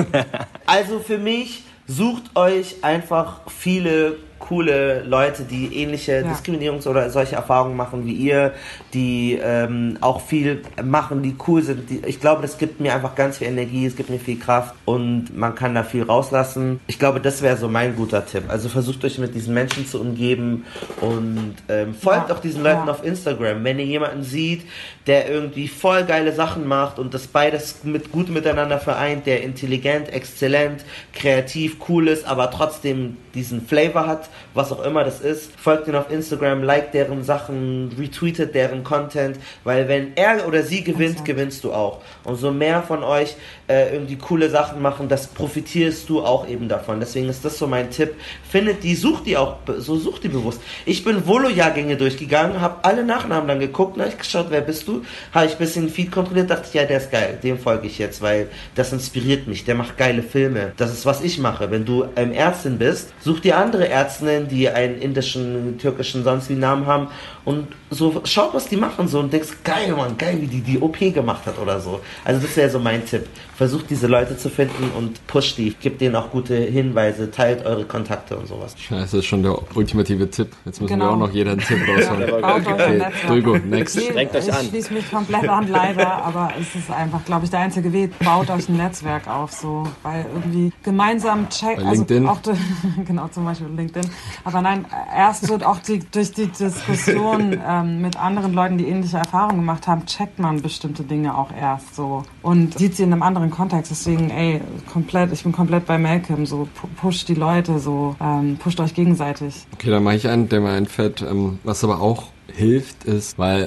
Also für mich, sucht euch einfach viele coole Leute, die ähnliche ja. Diskriminierungs- oder solche Erfahrungen machen wie ihr, die ähm, auch viel machen, die cool sind. Die, ich glaube, das gibt mir einfach ganz viel Energie, es gibt mir viel Kraft und man kann da viel rauslassen. Ich glaube, das wäre so mein guter Tipp. Also versucht euch mit diesen Menschen zu umgeben und ähm, folgt ja. auch diesen Leuten ja. auf Instagram. Wenn ihr jemanden seht, der irgendwie voll geile Sachen macht und das beides mit gut miteinander vereint, der intelligent, exzellent, kreativ, cool ist, aber trotzdem diesen Flavor hat, was auch immer das ist, folgt ihnen auf Instagram, liked deren Sachen, retweetet deren Content, weil wenn er oder sie gewinnt, okay. gewinnst du auch. Und so mehr von euch äh, irgendwie coole Sachen machen, das profitierst du auch eben davon. Deswegen ist das so mein Tipp. Findet die, sucht die auch, so sucht die bewusst. Ich bin Volo-Jahrgänge durchgegangen, habe alle Nachnamen dann geguckt, habe ich geschaut, wer bist du? Habe ich ein bisschen Feed kontrolliert, dachte ich, ja, der ist geil, dem folge ich jetzt, weil das inspiriert mich, der macht geile Filme. Das ist, was ich mache. Wenn du ähm, Ärztin bist, such dir andere Ärztinnen, die einen indischen, türkischen, sonst wie Namen haben und so schaut, was die machen so und denkst, geil, Mann, geil, wie die die O P gemacht hat oder so. Also das wäre so mein Tipp. Versucht diese Leute zu finden und pusht die. Gebt denen auch gute Hinweise, teilt eure Kontakte und sowas. Das ist schon der ultimative Tipp. Jetzt müssen genau. wir auch noch jeder einen Tipp raushauen. Ja, okay. Dögo, next. Strengt euch an. Ich schließe mich komplett an, leider, aber es ist einfach, glaube ich, der einzige Weg. Baut euch ein Netzwerk auf, so, weil irgendwie gemeinsam checken. Also LinkedIn. Auch die, genau, zum Beispiel LinkedIn. Aber nein, erst so auch die, durch die Diskussion ähm, mit anderen Leuten, die ähnliche Erfahrungen gemacht haben, checkt man bestimmte Dinge auch erst so und sieht sie in einem anderen Kontext. Deswegen, ey, komplett, ich bin komplett bei Malcolm, so pusht die Leute, so ähm, pusht euch gegenseitig. Okay, dann mache ich einen, der mir einfällt. Ähm, was aber auch hilft, ist, weil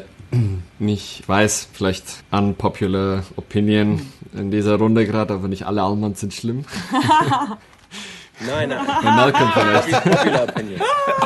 ich weiß, vielleicht unpopular Opinion in dieser Runde gerade, aber nicht alle Almans sind schlimm. Nein, nein. Bei Malcolm vielleicht. Popular Opinion.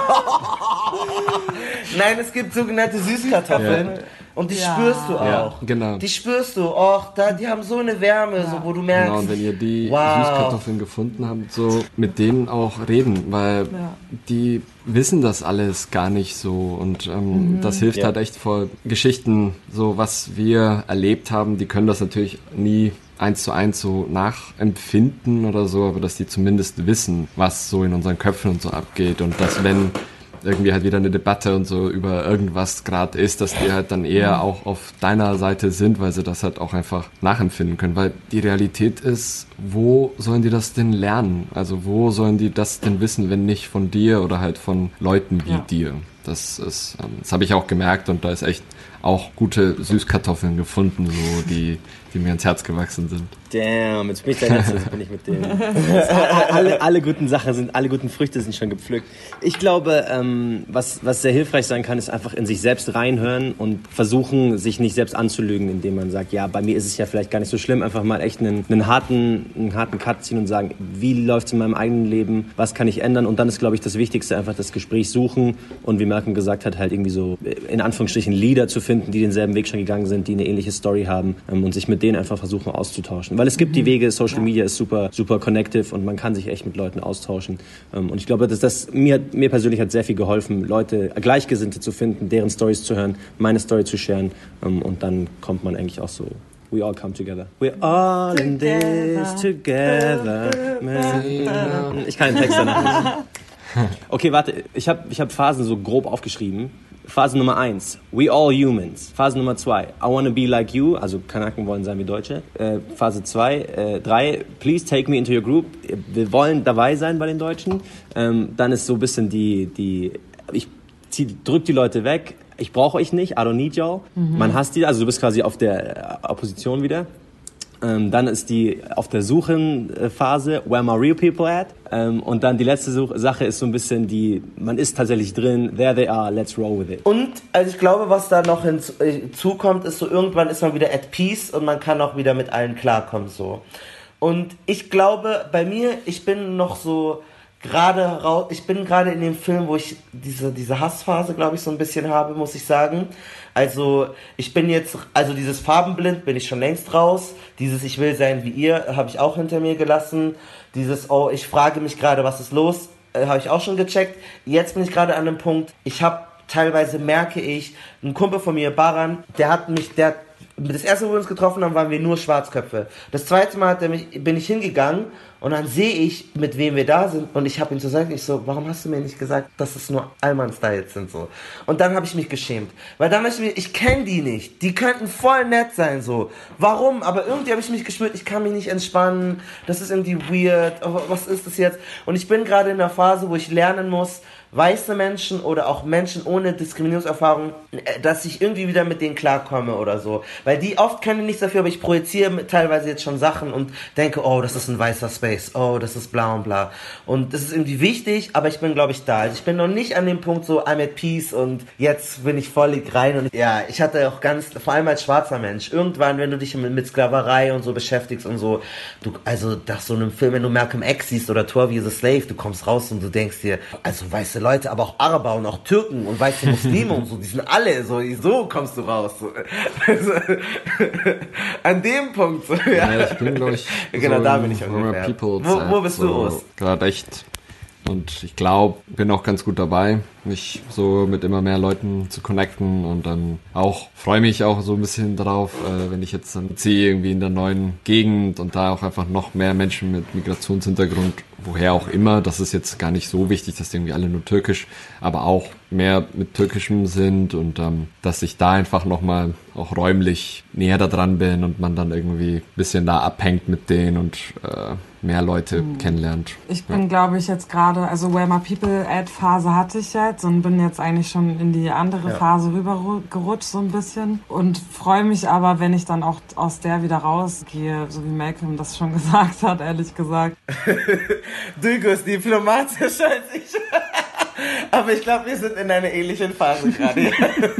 Nein, es gibt sogenannte Süßkartoffeln. Ja. Und die ja. spürst du auch. Ja, genau. Die spürst du. Och, da, die haben so eine Wärme, ja. so, wo du merkst. Genau, und wenn ihr die wow. Süßkartoffeln gefunden habt, so mit denen auch reden, weil ja. die wissen das alles gar nicht so. Und ähm, mhm. das hilft ja. halt echt voll. Geschichten, so was wir erlebt haben, die können das natürlich nie eins zu eins so nachempfinden oder so, aber dass die zumindest wissen, was so in unseren Köpfen und so abgeht und dass wenn irgendwie halt wieder eine Debatte und so über irgendwas gerade ist, dass die halt dann eher auch auf deiner Seite sind, weil sie das halt auch einfach nachempfinden können, weil die Realität ist, wo sollen die das denn lernen? Also wo sollen die das denn wissen, wenn nicht von dir oder halt von Leuten wie ja. dir? Das ist, das habe ich auch gemerkt und da ist echt auch gute Süßkartoffeln gefunden, so die, die mir ins Herz gewachsen sind. Damn, jetzt bin ich der Letzte, jetzt bin ich mit dem. alle, alle guten Sachen sind, alle guten Früchte sind schon gepflückt. Ich glaube, ähm, was, was sehr hilfreich sein kann, ist einfach in sich selbst reinhören und versuchen, sich nicht selbst anzulügen, indem man sagt, ja, bei mir ist es ja vielleicht gar nicht so schlimm, einfach mal echt einen, einen harten, einen harten Cut ziehen und sagen, wie läuft es in meinem eigenen Leben, was kann ich ändern? Und dann ist, glaube ich, das Wichtigste, einfach das Gespräch suchen und wie Malcolm gesagt hat, halt irgendwie so, in Anführungsstrichen, Leader zu finden, die denselben Weg schon gegangen sind, die eine ähnliche Story haben ähm, und sich mit denen einfach versuchen auszutauschen. Weil es gibt die Wege, Social Media ist super, super connective und man kann sich echt mit Leuten austauschen. Ähm, und ich glaube, dass das mir, mir persönlich hat sehr viel geholfen, Leute, Gleichgesinnte zu finden, deren Stories zu hören, meine Story zu sharen ähm, und dann kommt man eigentlich auch so, we all come together. We're all in this together. Ich kann den Text danach nicht. Okay, warte, ich habe ich hab Phasen so grob aufgeschrieben. Phase Nummer eins, we all humans. Phase Nummer zwei, I wanna be like you, also Kanaken wollen sein wie Deutsche. Äh, Phase zwei, äh, drei, please take me into your group. Wir wollen dabei sein bei den Deutschen. Ähm, dann ist so ein bisschen die, die ich zieh, drück die Leute weg. Ich brauche euch nicht, I don't need y'all. Mhm. Man hasst die, also du bist quasi auf der Opposition wieder. Ähm, dann ist die auf der Suchenphase, where my real people at? Ähm, und dann die letzte Such- Sache ist so ein bisschen die, man ist tatsächlich drin, there they are, let's roll with it. Und also ich glaube, was da noch hinzukommt, ist so, irgendwann ist man wieder at peace und man kann auch wieder mit allen klarkommen, so. Und ich glaube, bei mir, ich bin noch so gerade raus, ich bin gerade in dem Film, wo ich diese, diese Hassphase, glaube ich, so ein bisschen habe, muss ich sagen. Also, ich bin jetzt, also dieses Farbenblind bin ich schon längst raus. Dieses Ich will sein wie ihr, habe ich auch hinter mir gelassen. Dieses, oh, ich frage mich gerade, was ist los, äh, habe ich auch schon gecheckt. Jetzt bin ich gerade an dem Punkt, ich habe teilweise, merke ich, ein Kumpel von mir, Baran, der hat mich, der das erste, wo wir uns getroffen haben, waren wir nur Schwarzköpfe. Das zweite Mal hat er mich, bin ich hingegangen und dann sehe ich, mit wem wir da sind und ich habe ihm so gesagt, ich so, warum hast du mir nicht gesagt, dass es nur Allmann-Styles sind, so. Und dann habe ich mich geschämt. Weil dann habe ich mir, ich kenne die nicht, die könnten voll nett sein, so. Warum? Aber irgendwie habe ich mich gespürt, ich kann mich nicht entspannen, das ist irgendwie weird, was ist das jetzt? Und ich bin gerade in einer Phase, wo ich lernen muss, weiße Menschen oder auch Menschen ohne Diskriminierungserfahrung, dass ich irgendwie wieder mit denen klarkomme oder so. Weil die oft können nichts dafür, aber ich projiziere teilweise jetzt schon Sachen und denke, oh, das ist ein weißer Space, oh, das ist bla und bla. Und das ist irgendwie wichtig, aber ich bin, glaube ich, da. Also ich bin noch nicht an dem Punkt so, I'm at peace und jetzt bin ich völlig rein. Und ja, ich hatte auch ganz, vor allem als schwarzer Mensch, irgendwann, wenn du dich mit, mit Sklaverei und so beschäftigst und so, du, also nach so einem Film, wenn du Malcolm X siehst oder twelve Years a Slave, du kommst raus und du denkst dir, also weiße Leute, aber auch Araber und auch Türken und weiße Muslime und so, die sind alle so, so kommst du raus. So. Also, an dem Punkt. So, ja. Ja, ich bin, glaube ich, genau, so da bin ich ungefähr. Wo, wo bist so du, Urs? Gerade echt. Und ich glaube, bin auch ganz gut dabei, mich so mit immer mehr Leuten zu connecten und dann auch, freue mich auch so ein bisschen drauf, äh, wenn ich jetzt dann ziehe irgendwie in der neuen Gegend und da auch einfach noch mehr Menschen mit Migrationshintergrund, woher auch immer, das ist jetzt gar nicht so wichtig, dass die irgendwie alle nur türkisch, aber auch mehr mit türkischem sind und ähm, dass ich da einfach nochmal auch räumlich näher da dran bin und man dann irgendwie ein bisschen da abhängt mit denen und äh, mehr Leute mhm. kennenlernt. Ich bin, ja. glaube ich, jetzt gerade, also Where My People At Phase hatte ich jetzt und bin jetzt eigentlich schon in die andere ja. Phase rübergerutscht so ein bisschen und freue mich aber, wenn ich dann auch aus der wieder rausgehe, so wie Malcolm das schon gesagt hat, ehrlich gesagt. Duygu ist diplomatischer als ich. Aber ich glaube, wir sind in einer ähnlichen Phase gerade.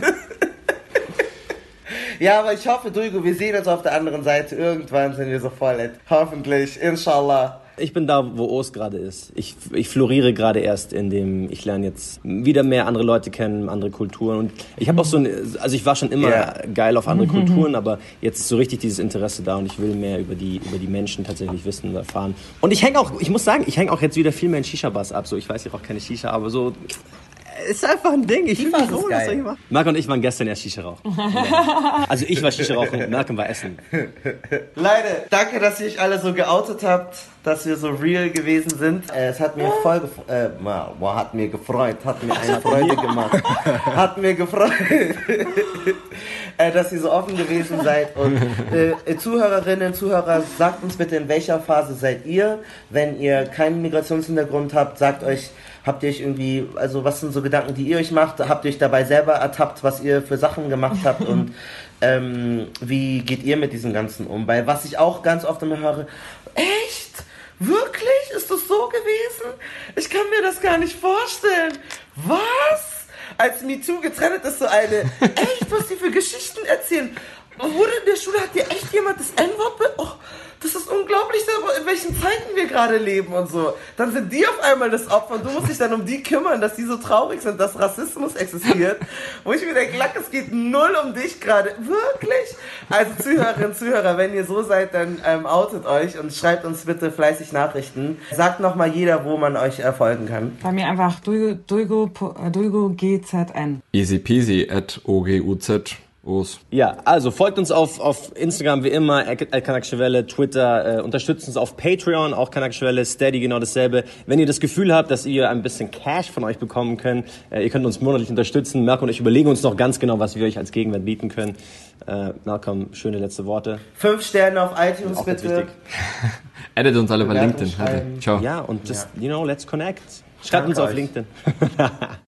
Ja, aber ich hoffe, Duygu, wir sehen uns auf der anderen Seite. Irgendwann sind wir so voll. Hoffentlich, inshallah. Ich bin da, wo Urs gerade ist. Ich, ich floriere gerade erst in dem, ich lerne jetzt wieder mehr andere Leute kennen, andere Kulturen. Und ich habe auch so ein, also ich war schon immer yeah. geil auf andere Kulturen, aber jetzt ist so richtig dieses Interesse da und ich will mehr über die, über die Menschen tatsächlich wissen und erfahren. Und ich hänge auch, ich muss sagen, ich hänge auch jetzt wieder viel mehr in Shisha-Bars ab. So, ich weiß, ich rauche keine Shisha, aber so, ist einfach ein Ding. Ich fühle mich wohl, das soll ich machen. Marc und ich waren gestern erst Shisha rauchen. Also ich war Shisha rauchen und Malcolm war essen. Leute, danke, dass ihr euch alle so geoutet habt, dass wir so real gewesen sind. Äh, es hat mir voll gefreut, äh, wow, hat mir gefreut, hat mir eine Freude gemacht. Hat mir gefreut, äh, dass ihr so offen gewesen seid. Und äh, Zuhörerinnen, Zuhörer, sagt uns bitte, in welcher Phase seid ihr? Wenn ihr keinen Migrationshintergrund habt, sagt euch, habt ihr euch irgendwie, also was sind so Gedanken, die ihr euch macht? Habt ihr euch dabei selber ertappt, was ihr für Sachen gemacht habt? Und ähm, wie geht ihr mit diesem Ganzen um? Weil was ich auch ganz oft immer höre, echt? Wirklich? Ist das so gewesen? Ich kann mir das gar nicht vorstellen. Was? Als MeToo getrennt ist so eine, echt, was die für Geschichten erzählen. Wurde in der Schule, hat dir echt jemand das En-Wort be... Oh, das ist unglaublich, in welchen Zeiten wir gerade leben und so. Dann sind die auf einmal das Opfer und du musst dich dann um die kümmern, dass die so traurig sind, dass Rassismus existiert. Wo ich mir denke, Lack, es geht null um dich gerade. Wirklich? Also Zuhörerinnen, Zuhörer, wenn ihr so seid, dann ähm, outet euch und schreibt uns bitte fleißig Nachrichten. Sagt nochmal jeder, wo man euch erfolgen kann. Bei mir einfach Duygu, Duygu, Duygu G Z N. Easy peasy at O G U Z. Os. Ja, also folgt uns auf, auf Instagram wie immer, Kanakische Welle, Twitter, äh, unterstützt uns auf Patreon, auch Kanakische Welle, Steady, genau dasselbe. Wenn ihr das Gefühl habt, dass ihr ein bisschen Cash von euch bekommen könnt, äh, ihr könnt uns monatlich unterstützen. Malcolm und ich überlegen uns noch ganz genau, was wir euch als Gegenwert bieten können. Äh, Malcolm, schöne letzte Worte. Fünf Sterne auf iTunes, auch bitte. wichtig. Addet uns alle bei Bewertung LinkedIn. schreiben. Ciao. Ja, und just, Ja. you know, let's connect. Schreibt Danke uns auf euch. LinkedIn.